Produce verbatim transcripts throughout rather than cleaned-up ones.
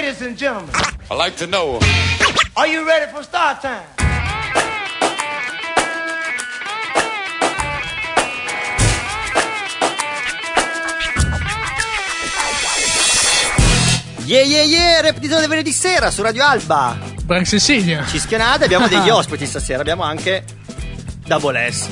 Ladies and gentlemen, I like to know. Are you ready for start time? Yeah yeah yeah, repetizione del venerdì sera su Radio Alba. Branks Insignia. Ci schionate, abbiamo degli ospiti stasera, abbiamo anche Double S.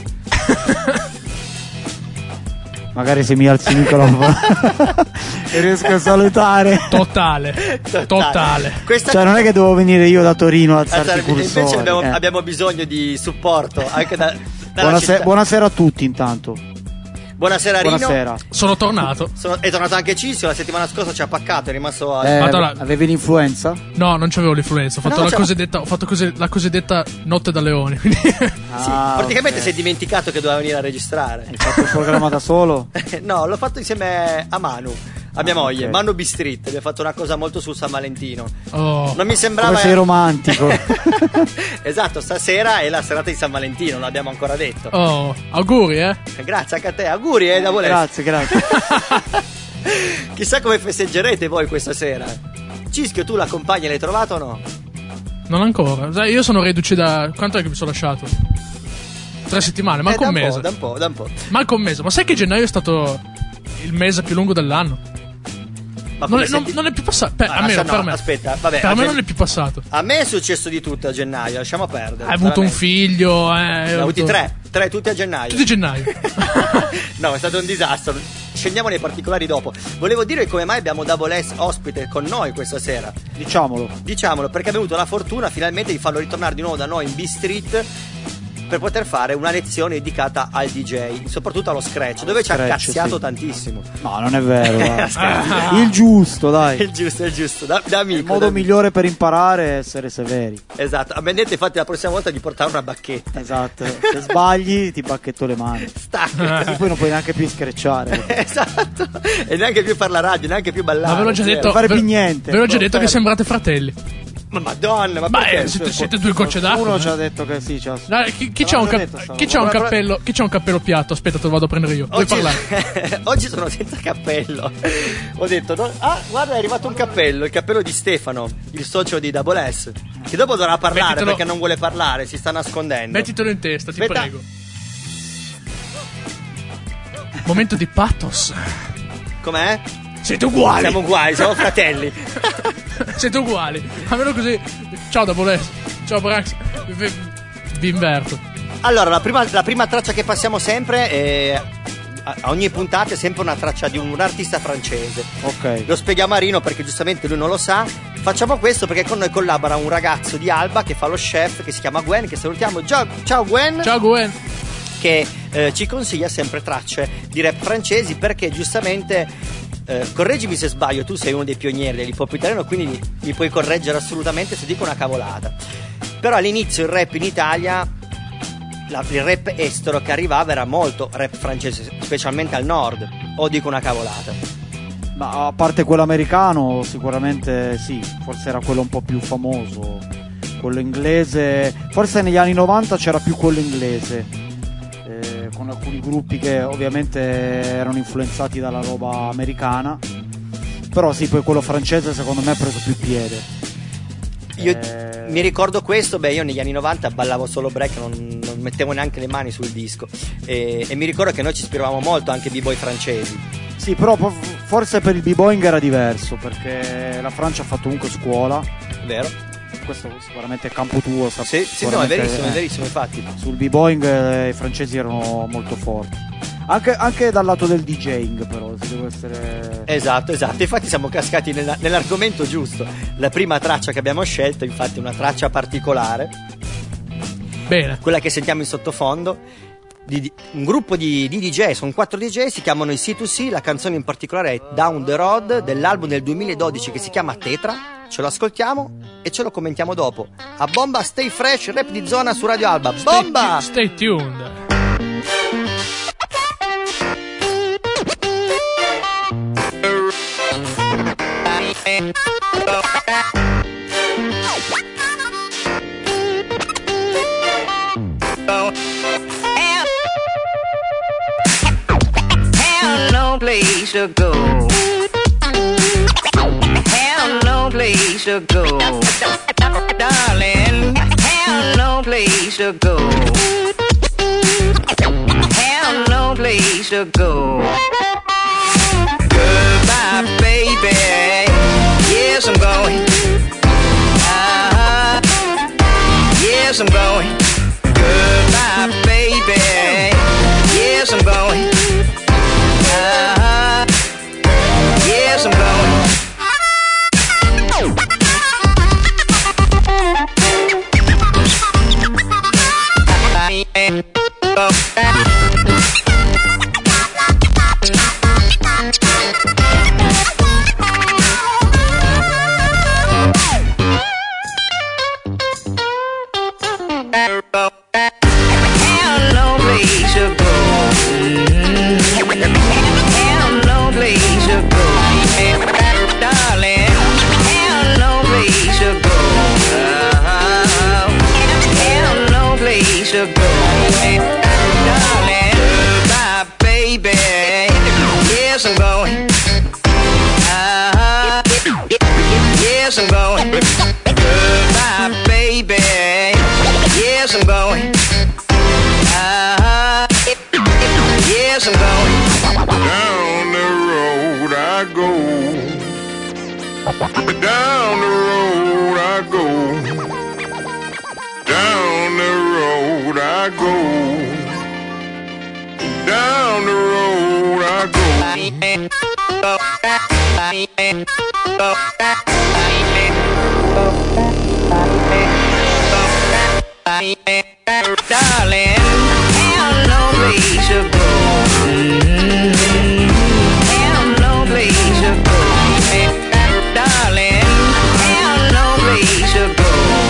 Magari se mi alzi il microfono e riesco a salutare. Totale, totale, totale. Questa... Cioè non è che devo venire io da Torino a alzarti il cursore. Invece abbiamo, eh. abbiamo bisogno di supporto anche da, Buonasera, buonasera a tutti intanto. Buonasera Rino. Buonasera. Sono tornato. Sono, è tornato anche Cisio, la settimana scorsa ci ha paccato, è rimasto a... eh, Madonna. Avevi l'influenza? No, non c'avevo l'influenza. Ho fatto, No, la, c'è... cosiddetta, ho fatto così, la cosiddetta notte da leoni. Quindi... Ah, sì, praticamente okay. si è dimenticato che doveva venire a registrare. Hai fatto il programma da solo? No, l'ho fatto insieme a Manu, a mia ah, moglie, okay. Manu B Street. Abbiamo fatto una cosa molto sul San Valentino. Oh. Non mi sembrava. Come sei romantico. Esatto, stasera è la serata di San Valentino, non l'abbiamo ancora detto. Oh, auguri, eh. Grazie anche a te, auguri, eh, da voler. Grazie, grazie. Chissà come festeggerete voi questa sera. Cischio, tu la compagna l'hai trovata o no? Non ancora. Sai, io sono reduce da. Quanto è che mi sono lasciato? Tre settimane, manco eh, un mese. Da un po', da un po'. Manco un mese. Ma sai che gennaio è stato il mese più lungo dell'anno? Ma Non è, senti... non, non è più passato. Per, Ma almeno no, per me. Aspetta, vabbè. Per me gen... non è più passato. A me è successo di tutto a gennaio, lasciamo perdere. Hai avuto un veramente. figlio, eh. Ne ho avuto... avuti tre, tre tutti a gennaio. Tutti a gennaio. No, è stato un disastro. Scendiamo nei particolari dopo. Volevo dire come mai abbiamo Double S ospite con noi questa sera. Diciamolo. Diciamolo, perché abbiamo avuto la fortuna finalmente di farlo ritornare di nuovo da noi in B Street per poter fare una lezione dedicata al D J, soprattutto allo scratch, dove ci ha Scratch, cazziato sì. tantissimo. No, non è vero. dai. Ah. Il giusto, dai. Il giusto, il giusto, da, da amico. Il modo da migliore per imparare è essere severi. Esatto, abbiamo detto infatti la prossima volta di portare una bacchetta. Esatto. Se sbagli ti bacchetto le mani. Stacca. E poi non puoi neanche più screcciare. Esatto. E neanche più fare la radio, neanche più ballare. Ma ve l'ho già zero. detto. fare ve, più niente. Ve l'ho già No, detto che fermo. sembrate fratelli. Ma madonna, ma Ma perché? eh, siete, siete due gocce d'acqua. Uno eh. ci ha detto che sì, c'ha... Dai, chi, chi Te c'ha un, l'avevo cap- detto, stavo- chi c'ha un Guarda, cappello chi c'ha un cappello piatto? Aspetta, te lo vado a prendere io. Vuoi Oggi, parlare? oggi sono senza cappello. Ho detto, no? Ah, guarda, è arrivato un cappello, il cappello di Stefano, il socio di Double S. Che dopo dovrà parlare Mettitelo- perché non vuole parlare, si sta nascondendo. Mettitelo in testa, ti Aspetta. prego. Momento di pathos. Com'è? Siete uguali. Siamo uguali, siamo fratelli. Siete uguali. Almeno così. Ciao Double S. Ciao Brax. Vi, vi inverto. Allora, la prima, la prima traccia che passiamo sempre è... A a ogni puntata è sempre una traccia di un, un artista francese. Ok. Lo spieghiamo a Rino perché giustamente lui non lo sa. Facciamo questo perché con noi collabora un ragazzo di Alba che fa lo chef, che si chiama Gwen, che salutiamo. Ciao, ciao Gwen. Ciao Gwen. Che eh, ci consiglia sempre tracce di rap francesi perché giustamente, eh, correggimi se sbaglio, tu sei uno dei pionieri dell'hip hop italiano, quindi mi, mi puoi correggere assolutamente se dico una cavolata. Però all'inizio il rap in Italia, la, il rap estero che arrivava era molto rap francese, specialmente al nord, o dico una cavolata? Ma a parte quello americano, sicuramente sì, forse era quello un po' più famoso. Quello inglese, forse negli anni novanta c'era più quello inglese, eh, con alcuni gruppi che ovviamente erano influenzati dalla roba americana. Però sì, poi quello francese secondo me ha preso più piede. Io Eh, mi ricordo questo, beh io negli anni novanta ballavo solo break, non, non mettevo neanche le mani sul disco e, e mi ricordo che noi ci ispiravamo molto anche ai b-boy francesi. Sì, però po- forse per il b-boying era diverso, perché la Francia ha fatto comunque scuola. Vero? Questo sicuramente è campo tuo. Sap- Sì, sì, no, è sicuramente, verissimo, è eh, verissimo, infatti. Sul b-boying eh, i francesi erano molto forti. Anche, anche dal lato del DJing, però, se devo essere... Esatto, esatto, infatti siamo cascati nella- nell'argomento giusto. La prima traccia che abbiamo scelto, infatti, è una traccia particolare, Bene. quella che sentiamo in sottofondo, di, di- un gruppo di, di D J, sono quattro D J, si chiamano i C due C, la canzone in particolare è Down the Road, dell'album del duemiladodici che si chiama Tetra. Ce lo ascoltiamo e ce lo commentiamo dopo. A bomba, stay fresh, rap di zona su Radio Alba. Bomba! Stay, stay tuned. Have no place to go. Have no place place to go. Darling, have no place to go. Have no place to go. Goodbye, baby. Yes, I'm going. Uh-huh. Yes, I'm going. Goodbye, baby. Yes, I'm going. Uh-huh. Yes, I'm going. Yes, I'm going. Uh-huh. Yes, I'm going. Goodbye, baby. Yes, I'm going. Uh-huh. Yes, I'm going. Down the road I go. Down the road I go. Down the road I go. Down the road I go. Darling, have no place to go. Have no place to go. Darling, have no place to go.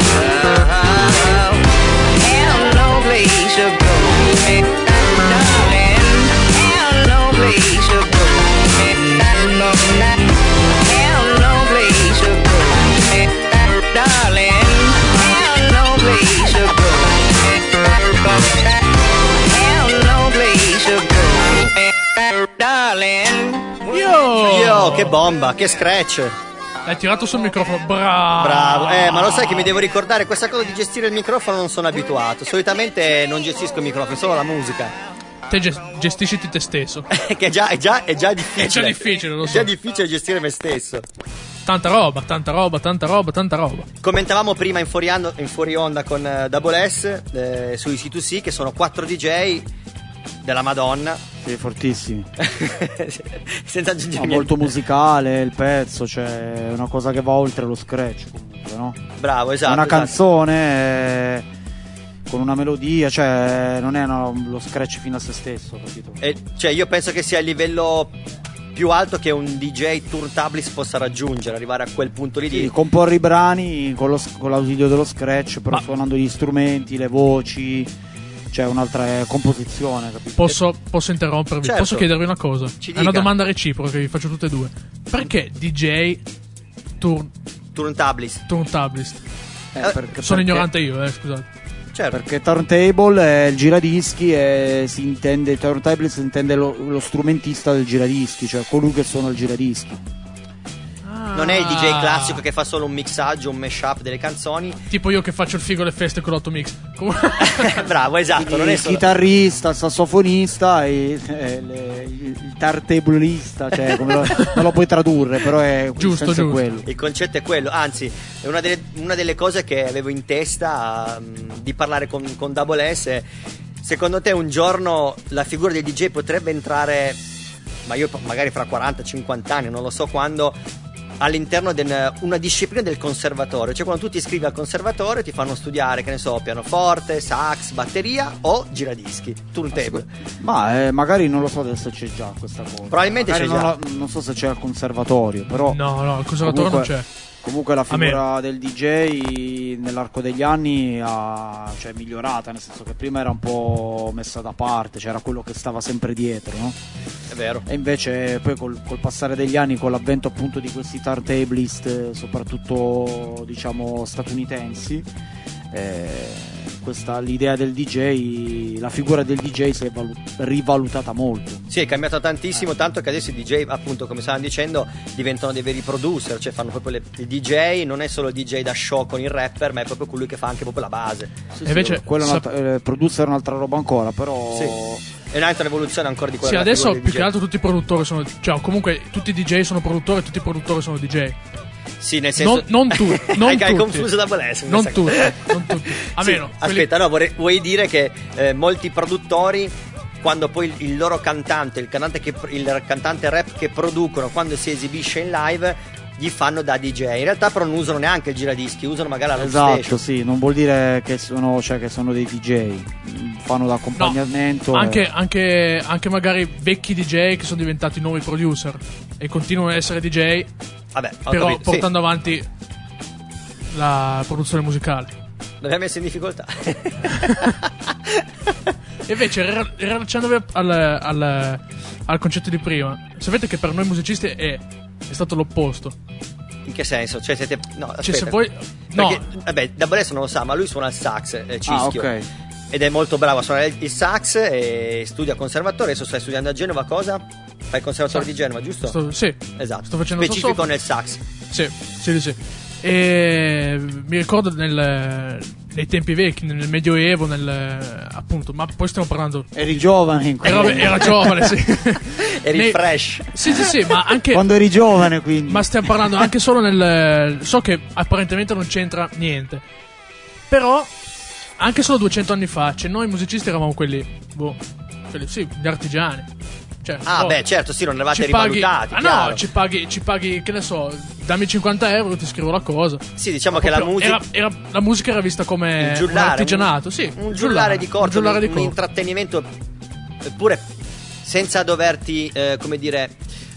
Have no place to go. Darling, have no place to go. Have no place to go. Darling, have no place to go. Have no place to go. Darling. Io! Io, che bomba, che scratch. Hai tirato sul microfono, bravo. Bravo, eh, ma lo sai che mi devo ricordare questa cosa di gestire il microfono, non sono abituato. Solitamente non gestisco il microfono, solo la musica. Te gest- gestisci te stesso. che è già, è già, è già difficile. È già difficile, lo so. È già difficile gestire me stesso. Tanta roba, tanta roba, tanta roba, tanta roba. Commentavamo prima in fuori, ando- in fuori onda con uh, Double S eh, sui C due C che sono quattro D J della Madonna. Sì, fortissimi. Senza aggiungere Ma niente. molto musicale il pezzo, cioè è una cosa che va oltre lo scratch comunque, no? Bravo, esatto. È una esatto. canzone eh, con una melodia, cioè non è una- lo scratch fino a se stesso, capito? E, cioè io penso che sia il livello più alto che un D J turntablis possa raggiungere, arrivare a quel punto lì Sì, di... comporre i brani con, lo, con l'ausilio dello scratch, però Ma- suonando gli strumenti, le voci, cioè un'altra eh, composizione, capito? Posso, posso interrompervi? Certo. Posso chiedervi una cosa? Ci È una dica. domanda reciproca che vi faccio tutte e due. Perché D J turn, Turntablis. turntablist? Eh, eh, perché- Sono perché- ignorante io, eh, scusate. Certo. Perché turntable è il giradischi e si intende, turntable si intende lo, lo strumentista del giradischi, cioè colui che suona il giradischi. Non è il D J Ah. classico che fa solo un mixaggio, un mashup delle canzoni. Tipo io che faccio il figo alle feste con l'otto mix. Com- Bravo, esatto, Quindi non è il solo... chitarrista, il sassofonista e eh, le- il, il turntablista, cioè come lo, non lo puoi tradurre, però è il Giusto, senso è giusto. quello. Il concetto è quello, anzi, è una delle, una delle cose che avevo in testa um, di parlare con, con Double S. Secondo te un giorno la figura del D J potrebbe entrare, ma io magari fra quaranta cinquanta anni, non lo so quando, all'interno di una disciplina del conservatorio? Cioè quando tu ti iscrivi al conservatorio ti fanno studiare, che ne so, pianoforte, sax, batteria o giradischi, turntable. Ma eh, magari non lo so adesso c'è già questa cosa. Probabilmente Magari c'è non, già. la- non so se c'è al conservatorio, però No, no, il conservatorio non comunque- c'è. Comunque la A me. figura del D J nell'arco degli anni ha, cioè, è migliorata, nel senso che prima era un po' messa da parte, c'era quello che stava sempre dietro, no? È vero. E invece poi col, col passare degli anni, con l'avvento appunto di questi turntablist, soprattutto diciamo statunitensi, eh, questa l'idea del D J, la figura del D J si è valu- rivalutata molto. Sì, è cambiato tantissimo, tanto che adesso i D J, appunto, come stavano dicendo, diventano dei veri producer, cioè fanno proprio le, il D J, non è solo il D J da show con il rapper, ma è proprio colui che fa anche proprio la base. Sì, E invece- sì, quello è sap- un'altra- eh, producer è un'altra roba ancora, però Sì. È un'altra evoluzione ancora di quella Sì, della adesso figura più del che D J. altro tutti i produttori sono. Cioè, comunque tutti i D J sono produttori e tutti i produttori sono D J. Sì, nel senso... Non, non tutti. Non hai, hai tutti. confuso da Bolessi. Non tutti. Non tutti. A Sì, meno. quelli- aspetta, no, vorrei, vuoi dire che eh, molti produttori, quando poi il, il loro cantante, il cantante, che, il cantante rap che producono, quando si esibisce in live, gli fanno da D J. In realtà però non usano neanche il giradischi, usano magari la esatto, station. sì, non vuol dire che sono, cioè, che sono dei D J, fanno d'accompagnamento. No, e- anche, anche, anche magari vecchi D J che sono diventati nuovi producer e continuano ad essere D J, Vabbè, ho però capito, sì. portando avanti la produzione musicale. L'abbiamo messo in difficoltà. E invece, ri- rilacciandovi al, al, al concetto di prima, sapete che per noi musicisti è, è stato l'opposto. In che senso? Cioè siete... No, aspetta. Cioè, se voi. No, Perché, vabbè, da Bolessi non lo sa, ma lui suona il sax, eh, Cischio. Ah, ok. Ed è molto bravo a suonare il- il sax e studia al conservatorio. Adesso stai studiando a Genova cosa? Fai il conservatorio Sax. di Genova, giusto? sto- sì, Esatto. sto facendo Specifico sassofono. nel sax. Sì, sì, sì. E mi ricordo nel, nei tempi vecchi, nel Medioevo, nel, appunto, ma poi stiamo parlando. Eri giovane in Era, quel- era giovane, sì. Eri Nei- fresh. Sì, sì, sì, ma anche. quando eri giovane, quindi. Ma stiamo parlando anche solo nel. So che apparentemente non c'entra niente. Però, anche solo duecento anni fa, cioè noi musicisti eravamo quelli. Boh. Quelli, sì, gli artigiani. Cioè, Ah, oh, beh, certo, sì, non eravate ci paghi, rivalutati. ah chiaro. no, ci paghi, ci paghi, che ne so, dammi cinquanta euro, ti scrivo la cosa. Sì, diciamo che la Proprio musica. era, era- la musica era vista come un giullare, un artigianato, un, sì. un giullare di corto, un giullare di un corto. intrattenimento, eppure senza doverti, eh, come dire,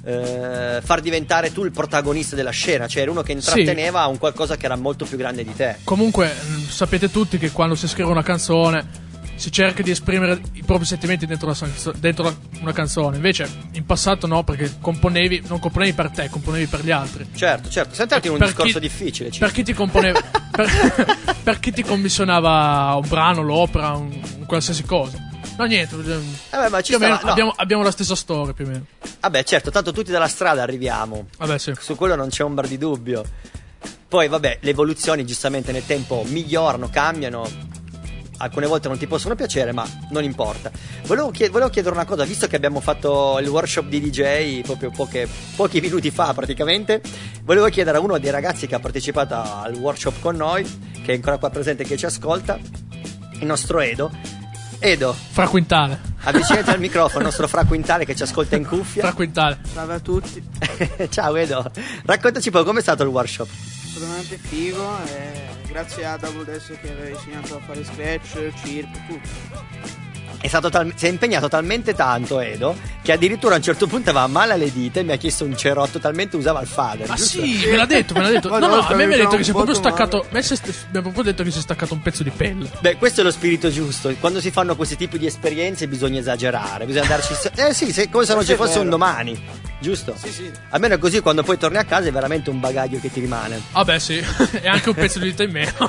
eh, far diventare tu il protagonista della scena, cioè eri uno che intratteneva un qualcosa che era molto più grande di te. Comunque, mh, sapete tutti che quando si scrive una canzone si cerca di esprimere i propri sentimenti dentro, la, sanzo- dentro la- una canzone. Invece, in passato no, perché componevi, non componevi per te, componevi per gli altri. Certo, certo, sei entrato in un Per discorso chi- difficile. Ciccio. Per chi ti componeva, per, per chi ti commissionava un brano, l'opera, un, un qualsiasi cosa. No, niente. Vabbè, ma ci più o meno stava- no. abbiamo, abbiamo la stessa storia, più o meno. Vabbè, certo, tanto tutti dalla strada arriviamo. Vabbè, sì. Su quello non c'è ombra di dubbio. Poi, vabbè, le evoluzioni giustamente nel tempo migliorano, cambiano. Alcune volte non ti possono piacere, ma non importa. Volevo, chied- volevo chiedere una cosa, visto che abbiamo fatto il workshop di D J proprio poche- pochi minuti fa praticamente. Volevo chiedere a uno dei ragazzi che ha partecipato al workshop con noi, che è ancora qua presente e che ci ascolta, il nostro Edo. Edo, Fra quintale. avvicinati al microfono, il nostro Fra Quintale che ci ascolta in cuffia. Fra quintale. Salve a tutti, Ciao Edo, raccontaci poi com'è stato il workshop. assolutamente figo e grazie a Double Dash che aveva insegnato a fare scratch, chirp, tutto. È stato tal- si è impegnato talmente tanto Edo che addirittura a un certo punto aveva male alle dita e mi ha chiesto un cerotto, talmente usava il fader. Ma giusto? sì, me l'ha detto, me l'ha detto. Ma No, no, no, a me mi ha detto stavo che si è proprio un po' staccato. male. A me si è st- mi ha proprio detto che si è staccato un pezzo di pelle. Beh, questo è lo spirito giusto. Quando si fanno questi tipi di esperienze bisogna esagerare, bisogna darci. Eh sì, se- come se non ci È fosse vero. un domani, giusto? Sì, sì. Almeno è così, quando poi torni a casa è veramente un bagaglio che ti rimane. Vabbè, sì, e anche un pezzo di dita in meno.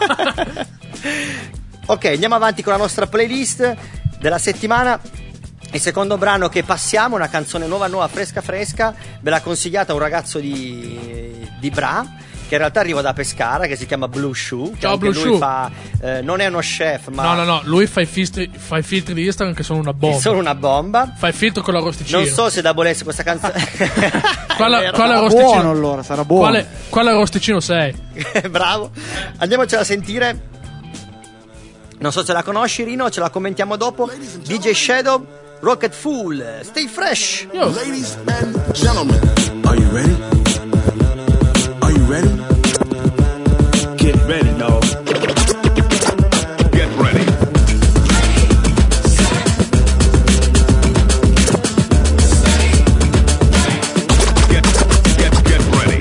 Ok, andiamo avanti con la nostra playlist della settimana. Il secondo brano che passiamo, una canzone nuova, nuova, fresca, fresca. Ve l'ha consigliata un ragazzo di, di Bra, che in realtà arriva da Pescara, che si chiama Blue Shoe. Che Ciao, anche Blue lui Shoe. fa, eh, non è uno chef, ma No, no, no, lui fa i filtri, fa i filtri di Instagram che sono una bomba. sono una bomba. Fa il filtro con l'arrosticino. Non so se da Bolesse questa canzone. Quale, È vero. quale Sarà arrosticino? buono allora, sarà buono. Quale, quale arrosticino sei? Bravo. Andiamocela a sentire. Non so se la conosci, Rino, ce la commentiamo dopo. D J Shadow, Rocket Fool, Stay Fresh. Io. Ladies and gentlemen, are you ready? Are you ready? Get ready, dog. Get ready. Get, get, get ready.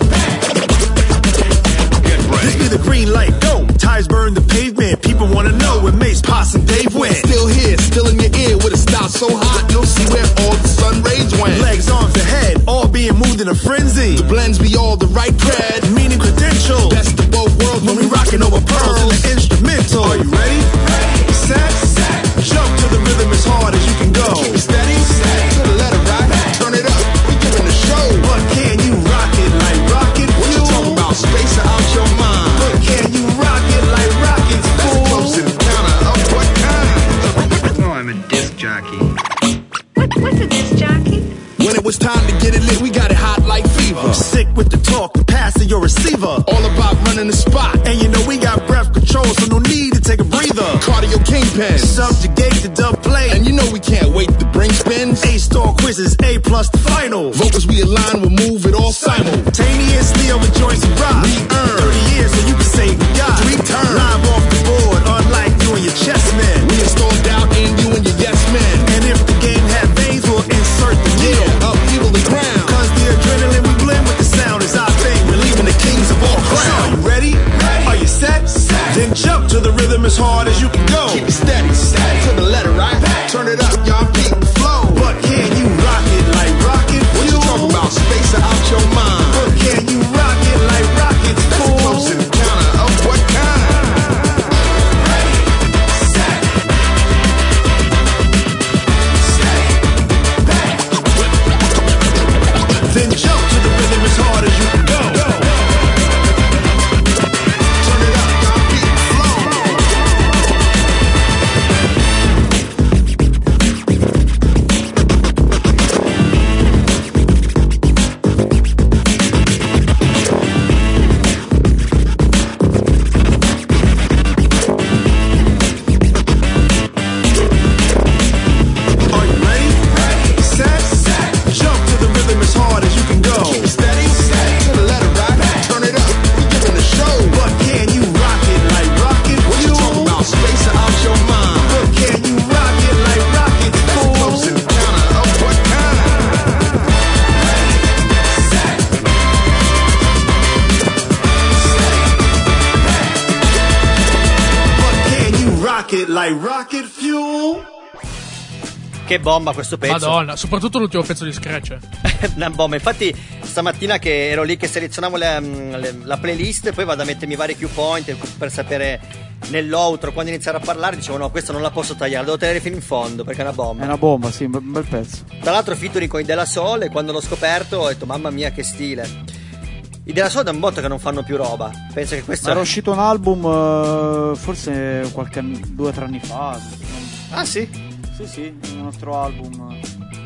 Get This ready. be the green light, go. Tires burn the pavement, people wanna know. Mace, Pops, and Dave went. Still here, still in your ear with a style so hot, you'll see where all the sun rays went. Legs, arms, and head, all being moved in a frenzy. The blends be all the right cred, meaning credential. Best of both worlds when we rockin' over pearls in the instrumental. Are you ready? Ready. Set, set. Jump to the rhythm as hard as you can go. Keep it steady, steady. To the letter right. Turn it up, we giving the show. But can you rock it like rocket? What you talking about? Space out your mind. But can you rock it like rockets? That's close to the counter of what kind? Oh, I'm a disc jockey. What, what's a disc jockey? When it was time to get it lit, we got it hot like fever. Sick with the talk, the passing your receiver. All about running the spot. And you know we got breath control, so no need to take a breather. Cardio kingpin, subjugate the dub play. And you know we can't wait to bring spins. A-star quizzes, A plus the final. Vocals we align, we'll move it all simultaneously over joints and rock. We earn thirty years, so you can say we got three turns. Live off the board, unlike you and your chess men. We install doubt in you and your yes men. And if the game had veins, we'll insert the needle. Upheaval the ground. Cause the adrenaline we blend with the sound is our thing. Relieving the kings of all crowns. Are you ready? Ready. Are you set? Set? Then jump to the rhythm as hard as you can go. Keep it steady, steady. To the letter right. Back. Turn it up, y'all beat the flow. But can you rock it like rocket? What you talking about? Space out your mind. But can you rock it like rockets? That's close to the counter of what kind? Ready, set, steady, back. Then jump to the rhythm as hard as you can go. Turn it up, y'all beat the flow. Are you ready? Ready. Set, set. Jump to the rhythm as hard as you can go. Keep it steady, steady. To the letter right. Back. Turn it up, we giving the show. But can you rock it like rocket? What you talking about? Space out your mind. But can you rock it like rockets? That's close to the counter of what kind? Ready, set, steady, but can you rock it like rocket fuel? Che bomba questo pezzo. Madonna, soprattutto l'ultimo pezzo di Scratch. Una bomba. Infatti stamattina che ero lì che selezionavo le, le, la playlist, poi vado a mettermi vari cue point per sapere nell'outro quando iniziare a parlare, dicevo no, questa non la posso tagliare, la devo tenere fino in fondo perché è una bomba. È una bomba, sì, un bel pezzo. Tra l'altro featuring con i Della Soul, e quando l'ho scoperto ho detto mamma mia che stile. I Della Soul da un botto che non fanno più roba. Penso che questo era uscito un album uh, forse qualche due o tre anni fa. Ah sì? Sì, sì, un altro album.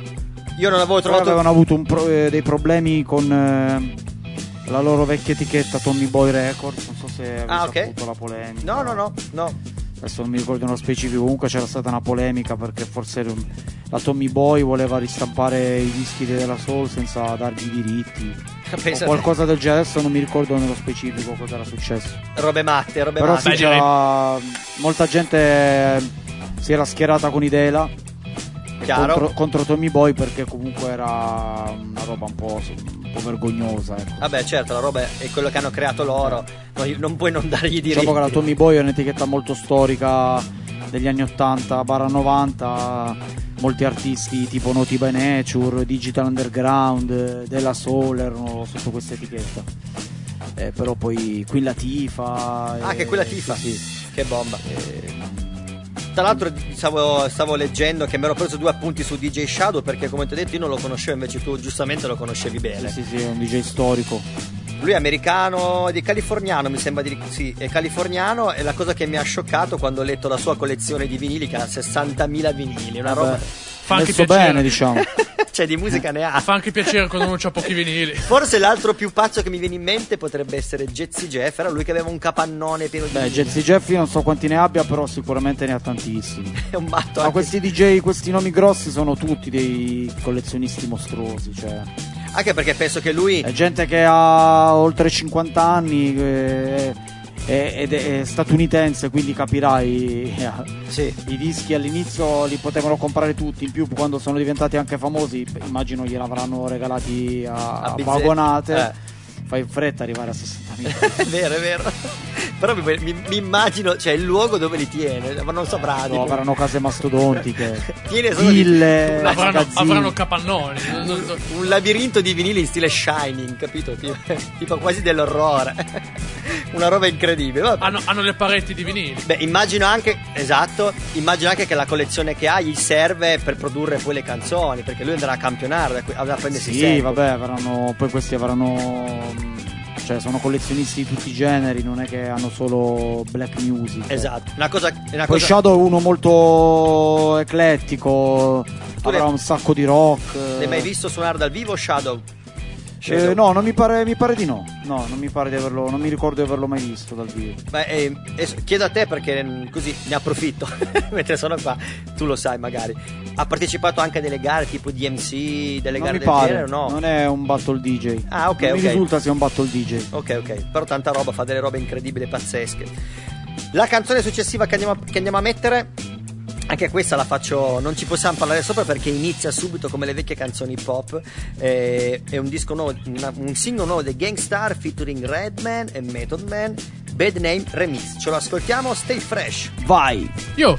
Io non avevo trovato. Avevano avuto un pro- eh, dei problemi con eh, la loro vecchia etichetta Tommy Boy Records. Non so se avete ah, okay. saputo la polemica. No, no, no, no. Adesso non mi ricordo nello specifico. Comunque c'era stata una polemica perché forse la Tommy Boy voleva ristampare i dischi della Soul senza dargli i diritti. O qualcosa del genere. Adesso non mi ricordo nello specifico cosa era successo. Robe matte, robe Però matte. sì, c'era molta gente si era schierata con Idela contro, contro Tommy Boy perché comunque era una roba un po', un po' vergognosa, ecco. Vabbè certo, la roba è quello che hanno creato loro, non, non puoi non dargli i diritti. Diciamo che la Tommy Boy è un'etichetta molto storica degli anni ottanta novanta, molti artisti tipo Naughty by Nature, Digital Underground, Della Soul erano sotto questa etichetta. Eh, però poi qui Latifah. Ah, e, che qui Latifah, sì, sì. Che bomba. E, tra l'altro stavo, stavo leggendo che mi ero preso due appunti su D J Shadow perché come ti ho detto io non lo conoscevo, invece tu giustamente lo conoscevi bene. Sì, sì, sì, è un D J storico. Lui è americano, di californiano mi sembra di sì, è californiano, e la cosa che mi ha scioccato quando ho letto la sua collezione di vinili che ha sessantamila vinili, una roba. Fa anche messo piacere, bene, diciamo. Cioè di musica ne ha. Fa anche piacere quando non c'ha pochi vinili. Forse l'altro più pazzo che mi viene in mente potrebbe essere Jazzy Jeff, era lui che aveva un capannone pieno di Beh, vinili. Jazzy Jeff io non so quanti ne abbia, però sicuramente ne ha tantissimi. È un matto. Ma anche... questi D J, questi nomi grossi sono tutti dei collezionisti mostruosi, cioè. Anche perché penso che lui è gente che ha oltre cinquanta anni eh, ed è statunitense, quindi capirai, sì. I dischi all'inizio li potevano comprare tutti, in più quando sono diventati anche famosi immagino gliel'avranno regalati a, a vagonate. eh. Fai in fretta arrivare a sessantamila. È vero, è vero. Però mi, mi, mi immagino, cioè, il luogo dove li tiene, ma non saprà. No, avranno case mastodontiche. Tiene solo ville, di, avranno, avranno capannoni. Un, un labirinto di vinili in stile Shining, capito? Tipo, tipo quasi dell'orrore. Una roba incredibile. Vabbè. Hanno, hanno le pareti di vinili. Beh, immagino anche, esatto, immagino anche che la collezione che ha gli serve per produrre poi le canzoni, perché lui andrà a campionare, andrà a prendersi Sì, sempre. vabbè, avranno, poi questi avranno... Cioè, sono collezionisti di tutti i generi, non è che hanno solo black music. Esatto. Una cosa, una Poi cosa... Shadow è uno molto eclettico, Tu avrà l'hai- un sacco di rock. L'hai mai visto suonare dal vivo Shadow? Eh, no, non mi pare, mi pare di no. No, non mi pare di averlo, non mi ricordo di averlo mai visto dal vivo. Beh, eh, eh, chiedo a te perché mh, così ne approfitto mentre sono qua, tu lo sai magari. Ha partecipato anche a delle gare tipo D M C, delle Non gare mi del pare, genere o no? non è un battle D J. Ah, ok, non ok. mi risulta sia un battle D J. Ok, ok, però tanta roba, fa delle robe incredibili e pazzesche. La canzone successiva che andiamo, a, che andiamo a mettere, anche questa la faccio, non ci possiamo parlare sopra perché inizia subito come le vecchie canzoni pop. Eh, è un disco nuovo, una, un singolo nuovo dei Gangstar featuring Redman e Method Man, Bad Name Remix. Ce lo ascoltiamo, Stay Fresh. Vai! Io.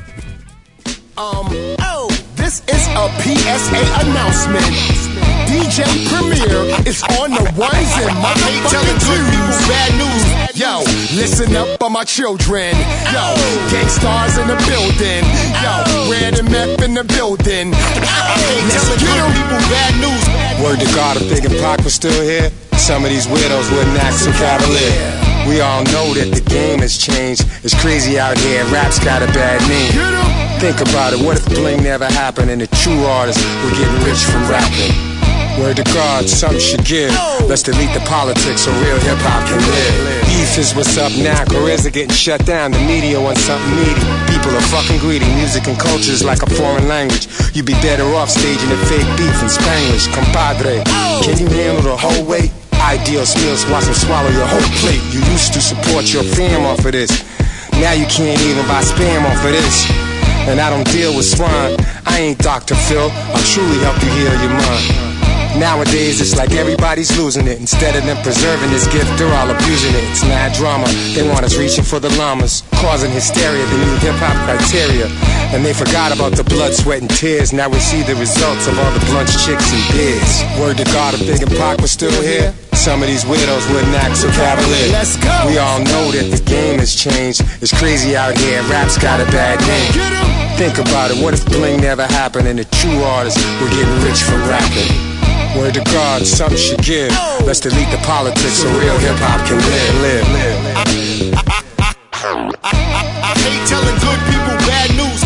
Um, oh, this is a P S A announcement. D J Premier is on the ones and motherfucking twos. Bad news. Yo, listen up for my children. Yo, Gangstars in the building. Yo, Red and Meth in the building. Let's get 'em. People bad news. Word to God, if Big and Pac was still here, some of these widows wouldn't act so cavalier. We all know that the game has changed. It's crazy out here, rap's got a bad name. Think about it, what if bling never happened and the true artists were getting rich from rapping? Word to God, something should give. Let's delete the politics so real hip-hop can live. Beef is what's up now, careers are getting shut down. The media wants something meaty. People are fucking greedy. Music and culture is like a foreign language. You'd be better off staging a fake beef in Spanglish. Compadre, can you handle the whole weight? Ideal meals, watch them swallow your whole plate. You used to support your fam off of this. Now you can't even buy spam off of this. And I don't deal with swine. I ain't Doctor Phil. I'll truly help you heal your mind. Nowadays it's like everybody's losing it. Instead of them preserving this gift, they're all abusing it. It's mad drama. They want us reaching for the llamas, causing hysteria, the new hip-hop criteria. And they forgot about the blood, sweat, and tears. Now we see the results of all the blunts, chicks, and beers. Word to God, if Big and Pac was still here, some of these widows wouldn't act so cavalier. Let's go. We all know that the game has changed. It's crazy out here, rap's got a bad name. Think about it, what if bling never happened and the true artists were getting rich from rapping? Word to God, something should give. Let's delete the politics so real hip-hop can live, live, live. I, I, I hate telling good people bad news.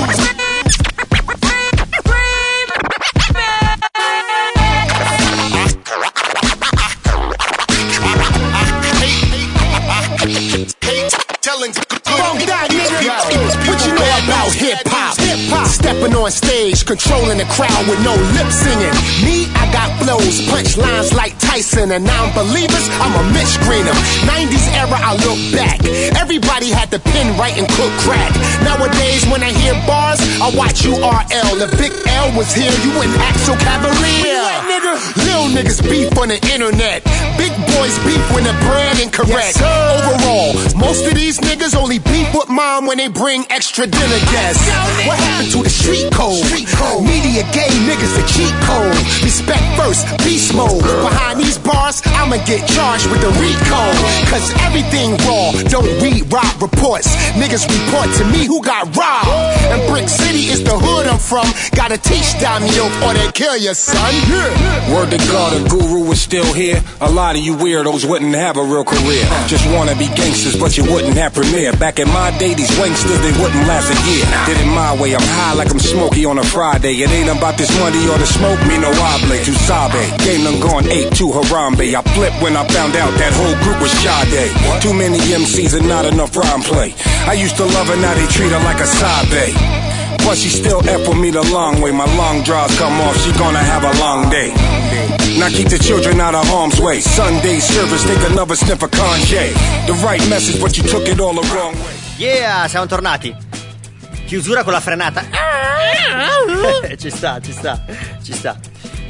Telling good people. What you know about hip-hop? Hip-hop. Stepping on stage, controlling the crowd with no lip singing. Me, I got flows, punchlines like Tyson. And non-believers, I'm a Mitch Greener. nineties era, I look back. Everybody had the pen, write, and cook crack. Nowadays, when I hear bars, I watch U R L. If Big L was here, you wouldn't act so cavalier. Little niggas beef on the internet. Big boys beef when the brand incorrect. Overall, most of these niggas only beef with mom when they bring extra dinner guests. What happened to the street code? Media gave niggas a cheat code. Respect first, beast mode. Behind these bars, I'ma get charged with the RICO. Cause everything raw, don't read rob reports. Niggas report to me who got robbed. And Brick City is the hood I'm from. Gotta teach them yo or they kill your son. Word to God, a guru is still here. A lot of you weirdos wouldn't have a real career. Just wanna be gangsters, but you wouldn't have premiere. Back in my day, these wanksters, they wouldn't last a year. Did it my way, I'm high like I'm smoky on a Friday. It ain't about this money or the smoke, me no hable. To Sabe, game done gone eight to Harambe. I flipped when I found out that whole group was Sade. Too many M Cs and not enough rhyme play. I used to love her, now they treat her like a Sabe. Plus she still F with me the long way. My long draws come off, she gonna have a long day. Now keep the children out of harm's way. Sunday service, take another sniff of Kanye. The right message, but you took it all the wrong way. Yeah, siamo tornati. Chiusura con la frenata. Ci sta, ci sta, ci sta.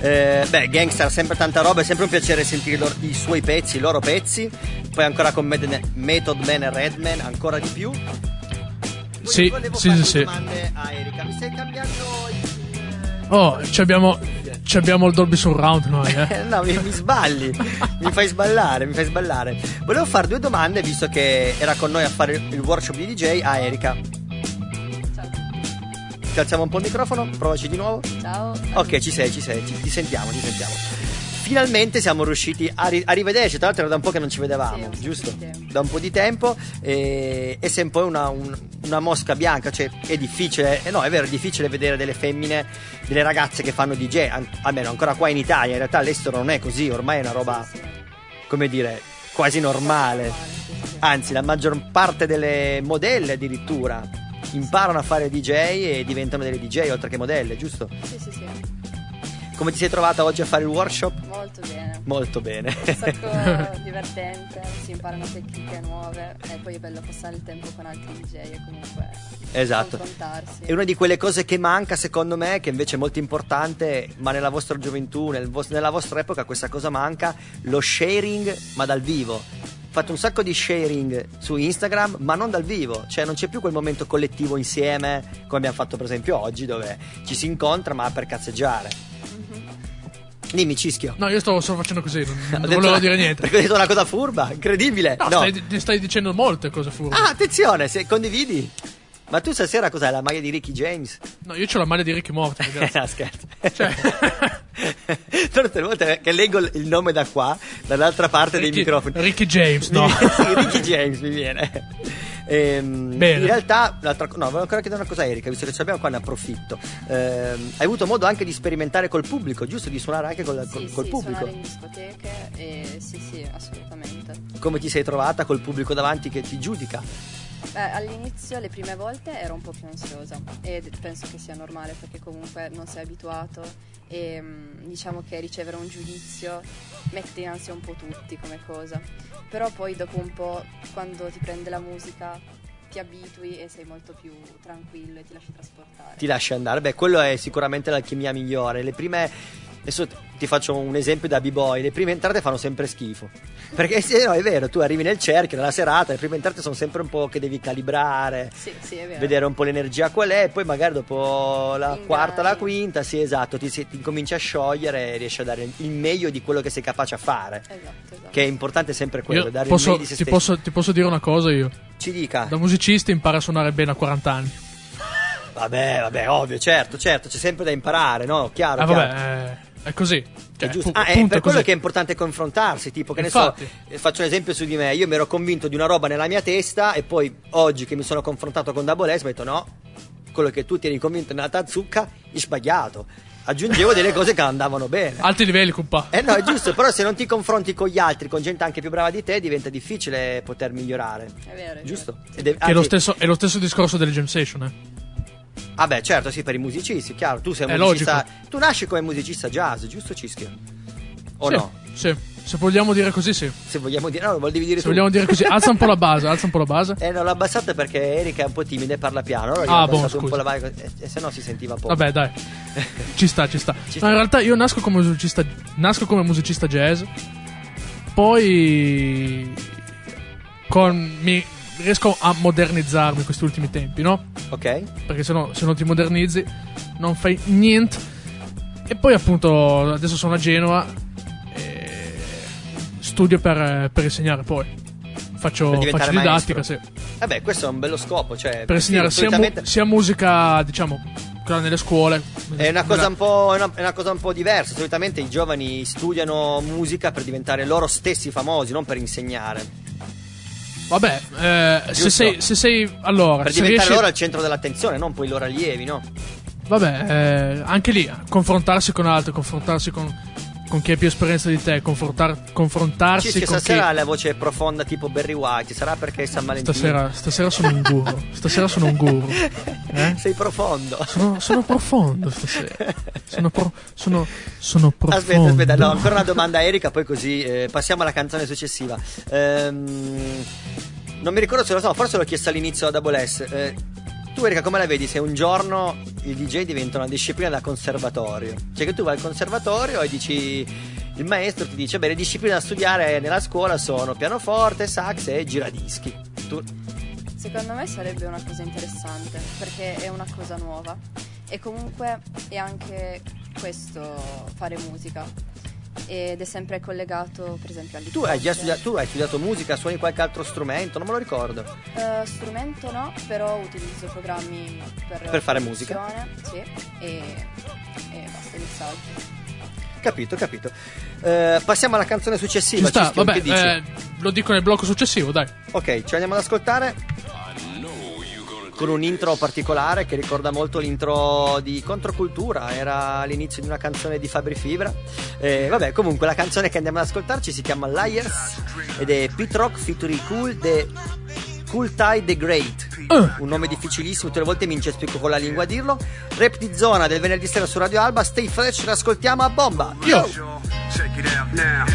Eh, beh, Gangstar, sempre tanta roba, è sempre un piacere sentire i, loro- i suoi pezzi, i loro pezzi. Poi ancora con Med- Method Man e Redman, ancora di più. Sì, Volevo sì, fare sì, due sì. domande a Erika. Mi stai cambiando il... Oh, ci abbiamo, ci abbiamo il Dolby Surround noi, eh. Eh, no, mi, mi sballi, mi fai sballare, mi fai sballare. Volevo fare due domande, visto che era con noi a fare il workshop di D J, a Erika. Ti alziamo un po' il microfono, provaci di nuovo. Ciao. Ok, ci sei, ci sei, ci, ti sentiamo, ti sentiamo. Finalmente siamo riusciti a, ri- a rivederci, tra l'altro era da un po' che non ci vedevamo, Sì, un giusto? sacco di tempo. Da un po' di tempo e, e sei un po' una, un- una mosca bianca, cioè è difficile, eh no è vero, è difficile vedere delle femmine, delle ragazze che fanno D J, an- almeno ancora qua in Italia, in realtà all'estero non è così, ormai è una roba, Sì, sì. come dire, quasi normale. Sì, sì, sì. Anzi, la maggior parte delle modelle addirittura imparano a fare D J e diventano delle D J oltre che modelle, giusto? Sì, sì, sì. Come ti sei trovata oggi a fare il workshop? Molto bene. Molto bene. Un sacco divertente, si imparano tecniche nuove e poi è bello passare il tempo con altri D J e comunque Esatto. confrontarsi. È una di quelle cose che manca secondo me, che invece è molto importante, ma nella vostra gioventù, nel vos- nella vostra epoca questa cosa manca, lo sharing ma dal vivo. Fate un sacco di sharing su Instagram ma non dal vivo, cioè non c'è più quel momento collettivo insieme come abbiamo fatto per esempio oggi, dove ci si incontra ma per cazzeggiare. Dimmi Cischio. No, io stavo solo facendo così, non, Ho non detto volevo una- dire niente. Perché ho detto una cosa furba, incredibile. No, No. Stai, ti stai dicendo molte cose furbe. Ah, attenzione, se condividi. Ma tu stasera cos'hai, la maglia di Ricky James? No, io c'ho la maglia di Ricky Morty, ragazzi. No, scherzo. Cioè, Tutte le volte che leggo il nome da qua, dall'altra parte dei Ricky, microfoni. Ricky James, no. Sì, Ricky James mi viene. Ehm, Bene. In realtà, l'altra, no, volevo ancora chiedere una cosa a Erika, visto che ce l'abbiamo qua, ne approfitto. Ehm, hai avuto modo anche di sperimentare col pubblico, giusto? Di suonare anche col, col, Sì, col sì, pubblico. suonare in discoteche e sì, sì, assolutamente. Come ti sei trovata col pubblico davanti che ti giudica? Beh, all'inizio, le prime volte, ero un po' più ansiosa e penso che sia normale perché comunque non sei abituato e mm, diciamo che ricevere un giudizio mette in ansia un po' tutti come cosa. Però poi dopo un po', quando ti prende la musica, ti abitui e sei molto più tranquillo e ti lasci trasportare. Ti lasci andare? Beh, quello è sicuramente l'alchimia migliore. Le prime... Adesso ti faccio un esempio da b-boy. Le prime entrate fanno sempre schifo. Perché se no è vero, tu arrivi nel cerchio, nella serata, le prime entrate sono sempre un po' che devi calibrare, Sì, sì, è vero. vedere un po' l'energia qual è, e poi magari dopo la Ingaggi. quarta, la quinta, sì esatto, ti, si- ti cominci a sciogliere e riesci a dare il meglio di quello che sei capace a fare. Esatto, esatto. Che è importante sempre quello, io dare posso, il meglio di se ti, stessi. posso, ti posso dire una cosa io. Ci dica. Da musicista impara a suonare bene a quaranta anni. Vabbè, vabbè, ovvio, certo, certo, c'è sempre da imparare, no? Chiaro, Ah, chiaro. vabbè, eh, è così. Cioè, È giusto. pu- Ah, è punto, per è quello così. che è importante confrontarsi, tipo che ne Infatti. so, eh, faccio un esempio su di me, io mi ero convinto di una roba nella mia testa e poi oggi che mi sono confrontato con Double S mi ho detto no, quello che tu ti eri convinto nella tazzucca è sbagliato, aggiungevo delle cose che andavano bene. Alti livelli, compa. Eh no, è giusto, però se non ti confronti con gli altri, con gente anche più brava di te, diventa difficile poter migliorare. È vero, è vero. Giusto? Ed è, Che è lo, anzi- stesso, è lo stesso discorso delle jam session, eh. Ah beh, certo, sì, per i musicisti, chiaro, tu sei un È musicista, logico. tu nasci come musicista jazz, giusto Cischio? O Sì, no? Sì, se vogliamo dire così, sì. Se vogliamo dire, no, lo devi dire Se tu. vogliamo dire così, alza un po' la base, alza un po' la base. Eh, non l'ho abbassata perché Erika è un po' timida e parla piano. Allora io Ah, ho boh, abbassato un scusa. po' la voce, e, e se no si sentiva poco. Vabbè, dai. Ci sta, ci sta. Ci No, in sta. realtà io nasco come musicista, nasco come musicista jazz. Poi con mi riesco a modernizzarmi in questi ultimi tempi, no? Ok? Perché se no, se non ti modernizzi non fai niente. E poi appunto adesso sono a Genova e studio per, per insegnare poi. Faccio, Per diventare faccio didattica, maestro. sì. Vabbè, questo è un bello scopo, cioè Per insegnare sì, sia, mu- solitamente sia musica, diciamo, quella nelle scuole. è una cosa un po', è una, è una cosa un po' diversa. Solitamente i giovani studiano musica per diventare loro stessi famosi, non per insegnare. Vabbè, eh, se Giusto. sei, se sei allora, Per se diventare riesci, loro al centro dell'attenzione, non poi i loro allievi, no? vabbè, eh, anche lì confrontarsi con altri, confrontarsi con, con chi ha più esperienza di te, confrontar, confrontarsi Cischio, con stasera chi ha la voce profonda tipo Barry White, sarà perché è San Valentino? stasera, stasera sono un guru, stasera sono un guru. Eh? Sei profondo. Sono, sono profondo stasera. Sono, pro, sono, sono profondo. Aspetta, aspetta, no, ancora una domanda a Erika, poi così eh, passiamo alla canzone successiva. Ehm, non mi ricordo se lo so, forse l'ho chiesto all'inizio a Double S. Eh, tu Erika come la vedi se un giorno il D J diventa una disciplina da conservatorio. Cioè che tu vai al conservatorio e dici, il maestro ti dice, beh, le discipline da studiare nella scuola sono pianoforte, sax e giradischi. Tu... Secondo me sarebbe una cosa interessante, perché è una cosa nuova e comunque è anche questo, fare musica, ed è sempre collegato per esempio al Tu hai già studiato, tu hai studiato musica, suoni qualche altro strumento? Non me lo ricordo. Uh, strumento no, però utilizzo programmi per, per fare musica. Sì, e, e basta, mixaggio. Capito, capito. Uh, passiamo alla canzone successiva. Ci sta, Cischio, vabbè, che dici? eh, lo dico nel blocco successivo, dai. Ok, ci andiamo ad ascoltare con un intro particolare che ricorda molto l'intro di Controcultura, era l'inizio di una canzone di Fabri Fibra. Eh, vabbè, comunque la canzone che andiamo ad ascoltarci si chiama Liars ed è Pete Rock featuring Cool the Cool Tie the Great. Uh. Un nome difficilissimo, tutte le volte mi incespico con la lingua a dirlo. Rap di zona del venerdì sera su Radio Alba. Stay fresh, l'ascoltiamo a bomba. Yo. Check it out now.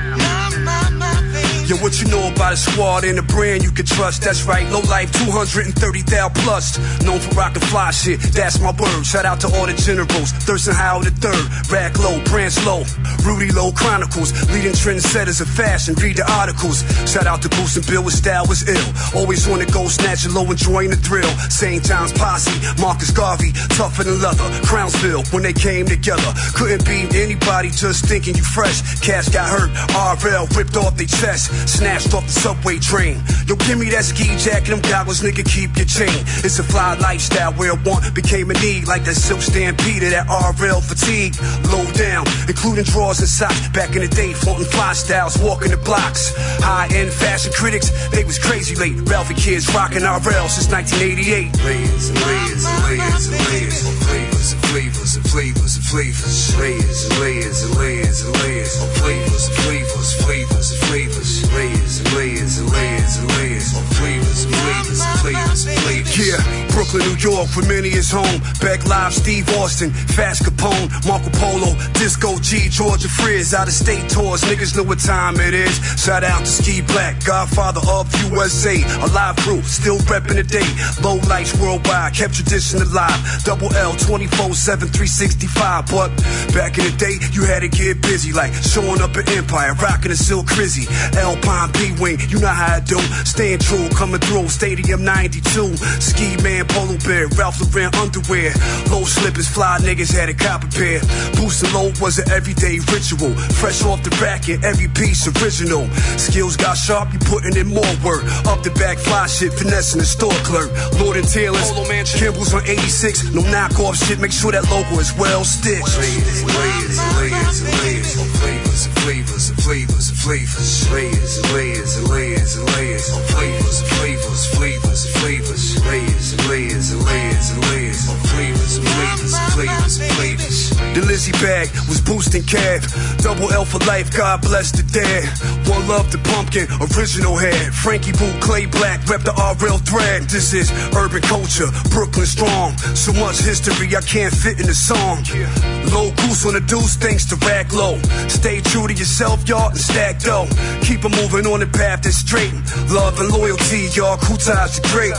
Yo, what you know about a squad and a brand you can trust? That's right, low life, two hundred thirty thousand plus. Known for rockin' fly shit, that's my word. Shout out to all the generals, Thurston Howell the third, Rack Low, Branch Low, Rudy Low Chronicles, leading trendsetters of fashion, read the articles. Shout out to Bruce and Bill, his style was ill. Always on the go, snatching low, enjoying the thrill. Saint John's Posse, Marcus Garvey, tougher than leather. Crownsville, when they came together, couldn't beat anybody just thinking you fresh. Cash got hurt, R L ripped off their chest. Snatched off the subway train. Yo, give me that ski jacket, them goggles, nigga, keep your chain. It's a fly lifestyle where want became a need. Like that silk stampede, that R L fatigue. Low down, including drawers and socks. Back in the day, flaunting fly styles, walking the blocks. High-end fashion critics, they was crazy late. Ralphie kids rocking R L since nineteen eighty-eight. Layers and layers and layers and layers of flavors and flavors and flavors and flavors. Layers and layers and layers and layers of flavors and flavors, flavors and flavors. Layers and layers and layers and layers of flavors, flavors, flavors, flavors. Yeah, Brooklyn, New York, for many is home. Beck Live, Steve Austin, Fast Capone, Marco Polo, Disco G, Georgia Frizz, out of state tours, niggas know what time it is. Shout out to Ski Black, Godfather of U S A, a live crew, still repping the day. Low lights worldwide, kept tradition alive. Double L, twenty-four seven, three sixty-five. But back in the day, you had to get busy, like showing up at Empire, rocking a Silk Crizzy. Alpine B-Wing, you know how I do. Staying true, coming through, Stadium ninety-two. Ski Man, Polo Bear, Ralph Lauren underwear. Low slippers, fly niggas had a copper pair. Boosting low was an everyday ritual. Fresh off the rack and every piece original. Skills got sharp, you putting in more work. Up the back, fly shit, finessing the store clerk. Lord and Taylor's, Kimball's on eighty-six. No knockoff shit, make sure that logo is well stitched. Layers and layers and layers and layers of flavors and flavors and flavors and flavors. Layers and layers and layers and layers of flavors, flavors, flavors, flavors. Layers and layers and layers and layers of flavors, flavors, flavors, flavors. The Lizzie bag was boosting cab. Double L for life, God bless the dad. One love the pumpkin, original head. Frankie Boo, Clay Black, rep the R L thread. This is urban culture, Brooklyn strong. So much history I can't fit in the song. Low goose on the deuce, thanks to Rack Low. Stay true to yourself, y'all, and stack dough. Keep it moving on the path that's straight. Love and loyalty, y'all, cool ties the great.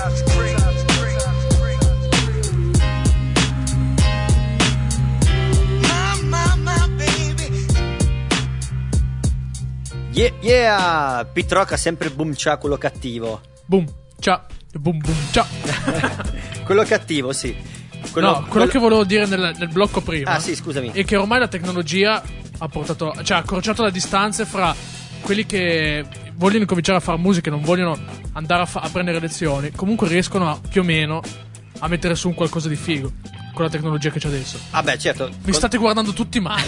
Yeah, yeah! Pete Rock ha sempre boom cha quello cattivo. Boom cha, boom boom cha. Quello cattivo, sì. Quello, no, quello, quello che volevo dire nel, nel blocco prima. Ah, sì, scusami. È che ormai la tecnologia ha portato, cioè ha accorciato le distanze fra quelli che vogliono cominciare a fare musica e non vogliono andare a, fa- a prendere lezioni. Comunque riescono a, più o meno a mettere su un qualcosa di figo con la tecnologia che c'è adesso. Ah, beh, certo. Mi state guardando tutti male.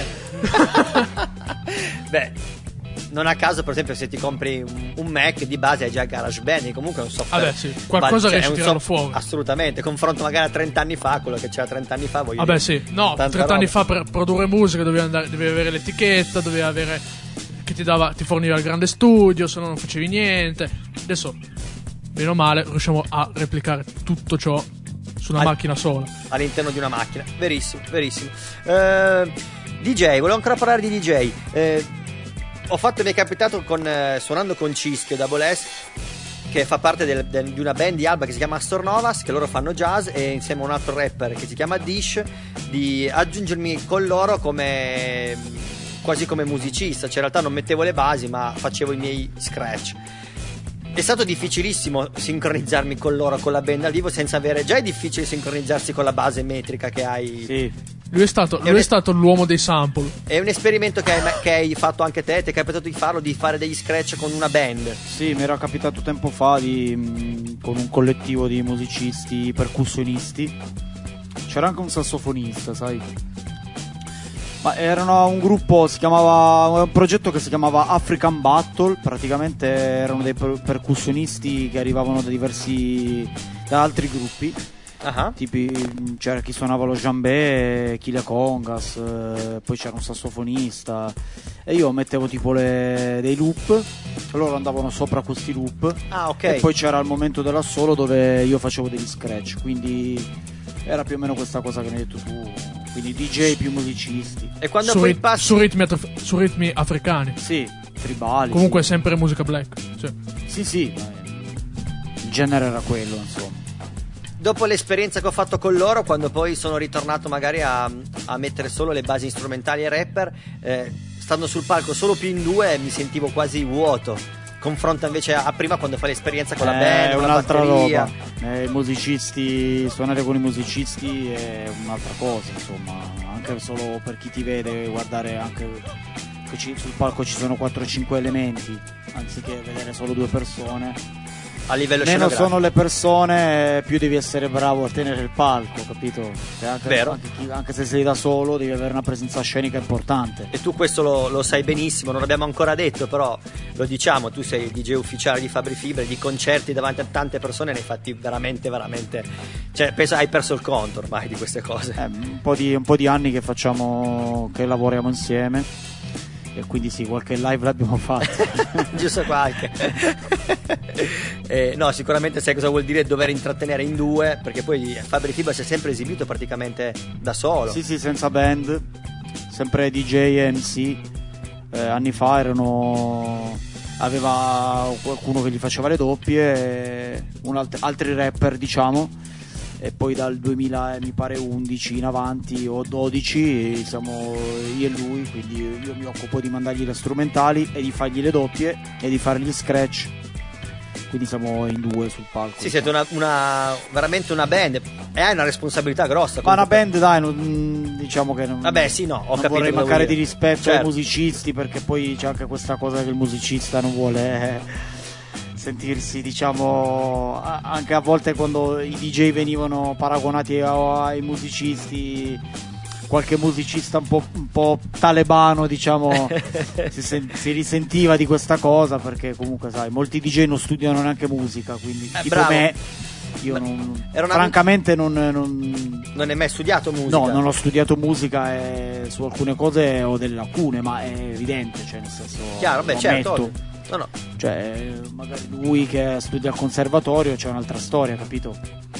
Beh, non a caso, per esempio, se ti compri un, un Mac di base hai già GarageBand, comunque è un software. Vabbè, sì, qualcosa cioè, riesci a tirarlo soft- fuori. Assolutamente, confronto magari a trenta anni fa, quello che c'era trenta anni fa. Voglio Vabbè, dire, sì, no, trenta anni fa per produrre musica dovevi, andare, dovevi avere l'etichetta, dovevi avere che ti dava, ti forniva il grande studio, se no non facevi niente. Adesso, bene o male, riusciamo a replicare tutto ciò su una All- macchina sola. All'interno di una macchina, verissimo, verissimo. Uh, D J, volevo ancora parlare di D J. Uh, Ho fatto, mi è capitato con, eh, suonando con Cischio Double S, che fa parte del, del, di una band di Alba che si chiama Stornovas, che loro fanno jazz, e insieme a un altro rapper che si chiama Dish, di aggiungermi con loro come quasi come musicista. Cioè in realtà non mettevo le basi ma facevo i miei scratch. È stato difficilissimo sincronizzarmi con loro, con la band dal vivo, senza avere, già è difficile sincronizzarsi con la base metrica che hai. Sì. Lui è stato, È lui un- è stato l'uomo dei sample. È un esperimento che hai, che hai fatto anche te, ti è capitato di farlo, di fare degli scratch con una band? Sì, mi era capitato tempo fa di, mh, con un collettivo di musicisti percussionisti. C'era anche un sassofonista, sai. Ma erano un gruppo, si chiamava, un progetto che si chiamava African Battle. Praticamente erano dei per- percussionisti che arrivavano da diversi, da altri gruppi. Ah, Tipi, c'era chi suonava lo djembé, chi le congas, eh, poi c'era un sassofonista e io mettevo tipo le, dei loop, loro andavano sopra questi loop. Ah, ok. E poi c'era il momento dell'assolo dove io facevo degli scratch, quindi era più o meno questa cosa che mi hai detto tu, quindi D J più musicisti. E quando Su, poi rit- passi su ritmi, atr- su ritmi africani. Sì, tribali. Comunque è sì. sempre musica black. Cioè. Sì, sì, ma il genere era quello, insomma. dopo l'esperienza che ho fatto con loro, quando poi sono ritornato magari a, a mettere solo le basi strumentali e rapper, eh, stando sul palco solo più in due mi sentivo quasi vuoto. Confronto invece a prima, quando fai l'esperienza con la band, È con la un'altra batteria. roba. Eh, I musicisti, suonare con i musicisti è un'altra cosa, insomma, anche solo per chi ti vede, guardare anche che ci, sul palco ci sono quattro cinque elementi, anziché vedere solo due persone. A livello Meno scenografico. sono le persone, più devi essere bravo a tenere il palco, capito? Cioè anche, Vero. Anche, chi- anche se sei da solo devi avere una presenza scenica importante. E tu questo lo, lo sai benissimo, non l'abbiamo ancora detto, però lo diciamo, tu sei il D J ufficiale di Fabri Fibre, di concerti davanti a tante persone ne hai fatti veramente, veramente, cioè penso hai perso il conto ormai di queste cose. Eh, un, po di, un po' di anni che facciamo, che lavoriamo insieme, e quindi sì, qualche live l'abbiamo fatto. Giusto qualche. eh, no, sicuramente sai cosa vuol dire dover intrattenere in due, perché poi Fabri Fibre si è sempre esibito praticamente da solo. Sì, sì, senza band, sempre D J e M C. Eh, anni fa erano, aveva qualcuno che gli faceva le doppie, e un alt- altri rapper, diciamo. E poi dal duemila, mi pare undici in avanti o dodici siamo io e lui, quindi io mi occupo di mandargli le strumentali e di fargli le doppie e di fare gli scratch, quindi siamo in due sul palco. Sì, siete una, una veramente una band e hai una responsabilità grossa. Ma una comunque. band, dai, non, diciamo che non, Vabbè, sì, no, ho non capito vorrei cosa mancare vuoi di dire. rispetto Certo. ai musicisti, perché poi c'è anche questa cosa che il musicista non vuole eh, sentirsi, diciamo, a- anche a volte quando i D J venivano paragonati a- ai musicisti, qualche musicista un po', un po' talebano, diciamo, si, sen- si risentiva di questa cosa, perché comunque sai, molti D J non studiano neanche musica, quindi Eh, tipo bravo. me, io non, Era una- francamente non, non Non hai mai studiato musica? No, non ho studiato musica e su alcune cose ho delle lacune, ma è evidente, cioè nel senso, Chiaro, beh, lo certo. ammetto. No, no. Cioè, magari lui che studia al conservatorio c'è un'altra storia, capito?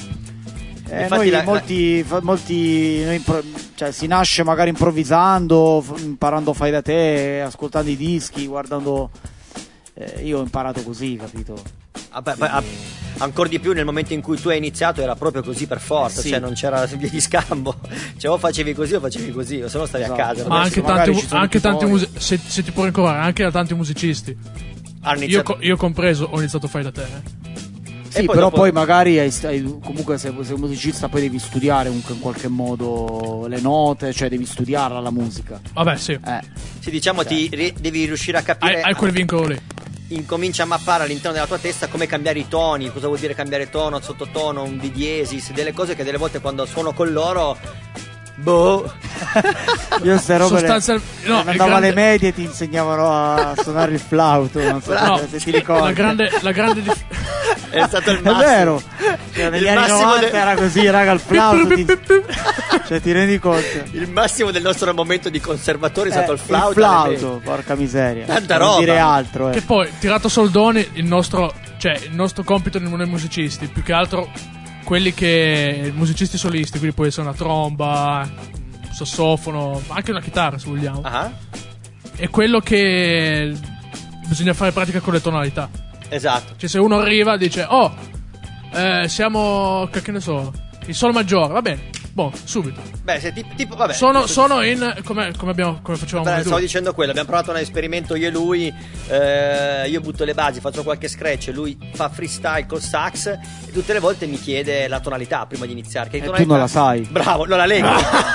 Eh, Infatti noi la- molti, fa- molti noi impro- cioè, si nasce magari improvvisando, f- imparando fai da te, ascoltando i dischi, guardando. Eh, io ho imparato così, capito? Vabbè, poi, a- ancora di più nel momento in cui tu hai iniziato era proprio così per forza, Eh, sì. cioè non c'era via di scambo, cioè o facevi così o facevi così, o se no stavi Esatto. a casa. Ma Adesso anche magari tanti, ci sono anche tanti tutorial. muse- se, se ti può rincorrere, anche da tanti musicisti. Hanno Io, iniziato- co- io compreso ho iniziato a fare da te. eh. Sì, E poi però dopo- poi magari hai, hai- comunque se sei un musicista poi devi studiare comunque in qualche modo le note, cioè devi studiarla la musica. Vabbè, sì. Eh. Sì, diciamo ti ri- devi riuscire a capire, Hai, hai quel vincolo lì. incomincia a mappare all'interno della tua testa come cambiare i toni, cosa vuol dire cambiare tono, sottotono, un di diesis, delle cose che delle volte quando suono con loro boh. Io queste robe le, Sostanzial- no, quando il andavo alle grande- medie ti insegnavano a suonare il flauto, non so No, se ti ricordi. la grande, la grande dif- È stato il È massimo. vero, cioè, negli Il anni massimo novanta de- era così, raga, il flauto ti... cioè ti rendi conto? Il massimo del nostro momento di conservatorio è Eh, stato il flauto. il flauto, porca miseria. Tanta non roba. dire altro, eh. Che poi, tirato soldoni, il nostro, cioè, il nostro compito noi noi musicisti, più che altro quelli che musicisti solisti, quindi può essere una tromba, un sassofono, ma anche una chitarra se vogliamo. Ah, È quello che bisogna fare pratica con le tonalità. Esatto. Cioè, se uno arriva e dice, oh, eh, siamo, che ne so, il sol maggiore, va bene, boh, subito. Beh, se tipo, tipo vabbè. Sono, sono in, come, come, abbiamo, come facevamo Beh, noi stavo due. dicendo quello, abbiamo provato un esperimento io e lui, eh, io butto le basi, faccio qualche scratch, lui fa freestyle col sax e tutte le volte mi chiede la tonalità prima di iniziare. Che E tonalità... tu non la sai. Bravo, non la leggo.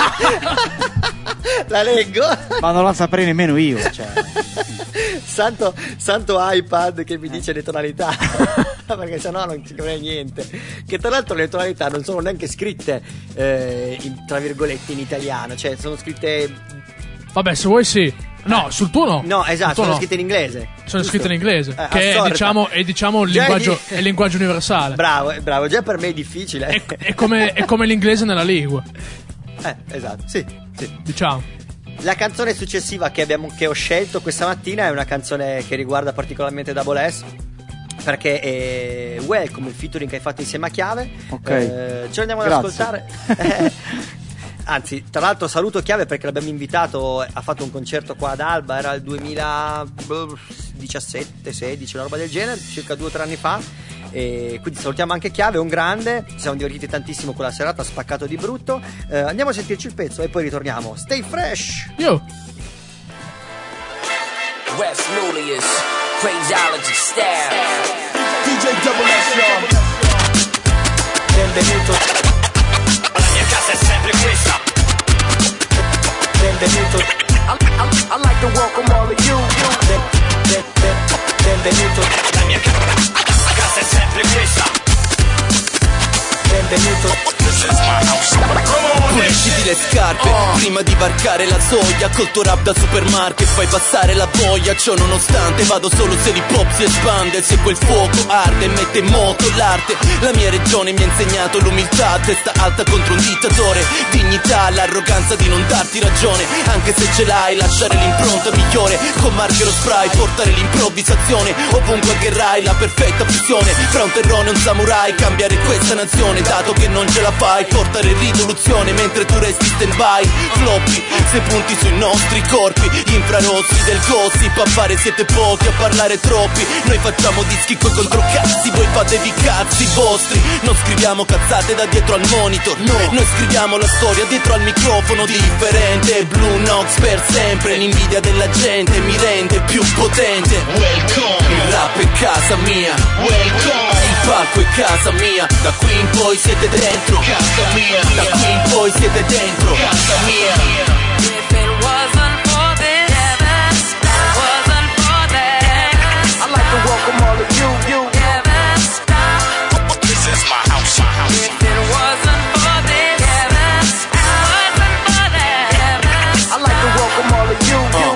La leggo. Ma non la saprei nemmeno io, cioè. Santo, santo iPad che mi dice le tonalità. Perché sennò non ci capirai niente. Che tra l'altro le tonalità non sono neanche scritte eh, in, tra virgolette in italiano, cioè sono scritte. Vabbè, se vuoi sì. No, sul tuo no. No, esatto, Sul tuo sono no. scritte in inglese. Sono giusto? scritte in inglese, Eh, che è assorta. diciamo, è, diciamo il, Già linguaggio, di- è il linguaggio universale. Bravo, bravo, già per me è difficile. È, è come, è come l'inglese nella lingua, Eh, esatto, sì, sì. diciamo. La canzone successiva che, abbiamo, che ho scelto questa mattina è una canzone che riguarda particolarmente Double S, perché è Welcome, il featuring che hai fatto insieme a Chiave. Ok. Eh, ce lo andiamo ad Grazie. ascoltare. Eh, anzi, tra l'altro saluto Chiave perché l'abbiamo invitato, ha fatto un concerto qua ad Alba, era il duemiladiciassette sedici, una roba del genere, circa due o tre anni fa. E quindi salutiamo anche Chiave, un grande, ci siamo divertiti tantissimo quella serata, spaccato di brutto. Eh, andiamo a sentirci il pezzo e poi ritorniamo. Stay fresh! Io. Rex Lulius, Crazyology Style. D J Double S, y'all. Benvenuto. La mia casa è sempre questa. Benvenuto. I, I, I like to welcome all of you. Ben, ben, ben, benvenuto. La mia ca- casa è sempre questa. Benvenuto. Pulisciti le scarpe prima di varcare la soglia. Col tuo rap da supermarket fai passare la voglia. Ciò nonostante vado solo se l'hip hop si espande. Se quel fuoco arde mette in moto l'arte. La mia regione mi ha insegnato l'umiltà. Testa alta contro un dittatore. Dignità, l'arroganza di non darti ragione. Anche se ce l'hai, lasciare l'impronta migliore. Con marchero spray, portare l'improvvisazione. Ovunque agherrai la perfetta fusione fra un terrone e un samurai. Cambiare questa nazione dato che non ce la fai. Portare rivoluzione mentre tu resti stand by. Floppy, se punti sui nostri corpi. Gli infrarossi del gossip. A fare siete pochi, a parlare troppi. Noi facciamo dischi coi controcazzi. Voi fatevi cazzi vostri. Non scriviamo cazzate da dietro al monitor. No, noi scriviamo la storia dietro al microfono. Differente, Blue Nox per sempre. L'invidia della gente mi rende più potente. Welcome. Il rap è casa mia. Welcome. Il palco è casa mia. Da qui in poi siete dentro. Casa mia. Da qui in poi siete dentro. Casa mia. If it wasn't for this, wasn't for that, I like to welcome all of you. You. never stop. This is my house, my house. If it wasn't for this, wasn't for that, I like to welcome all of you. You.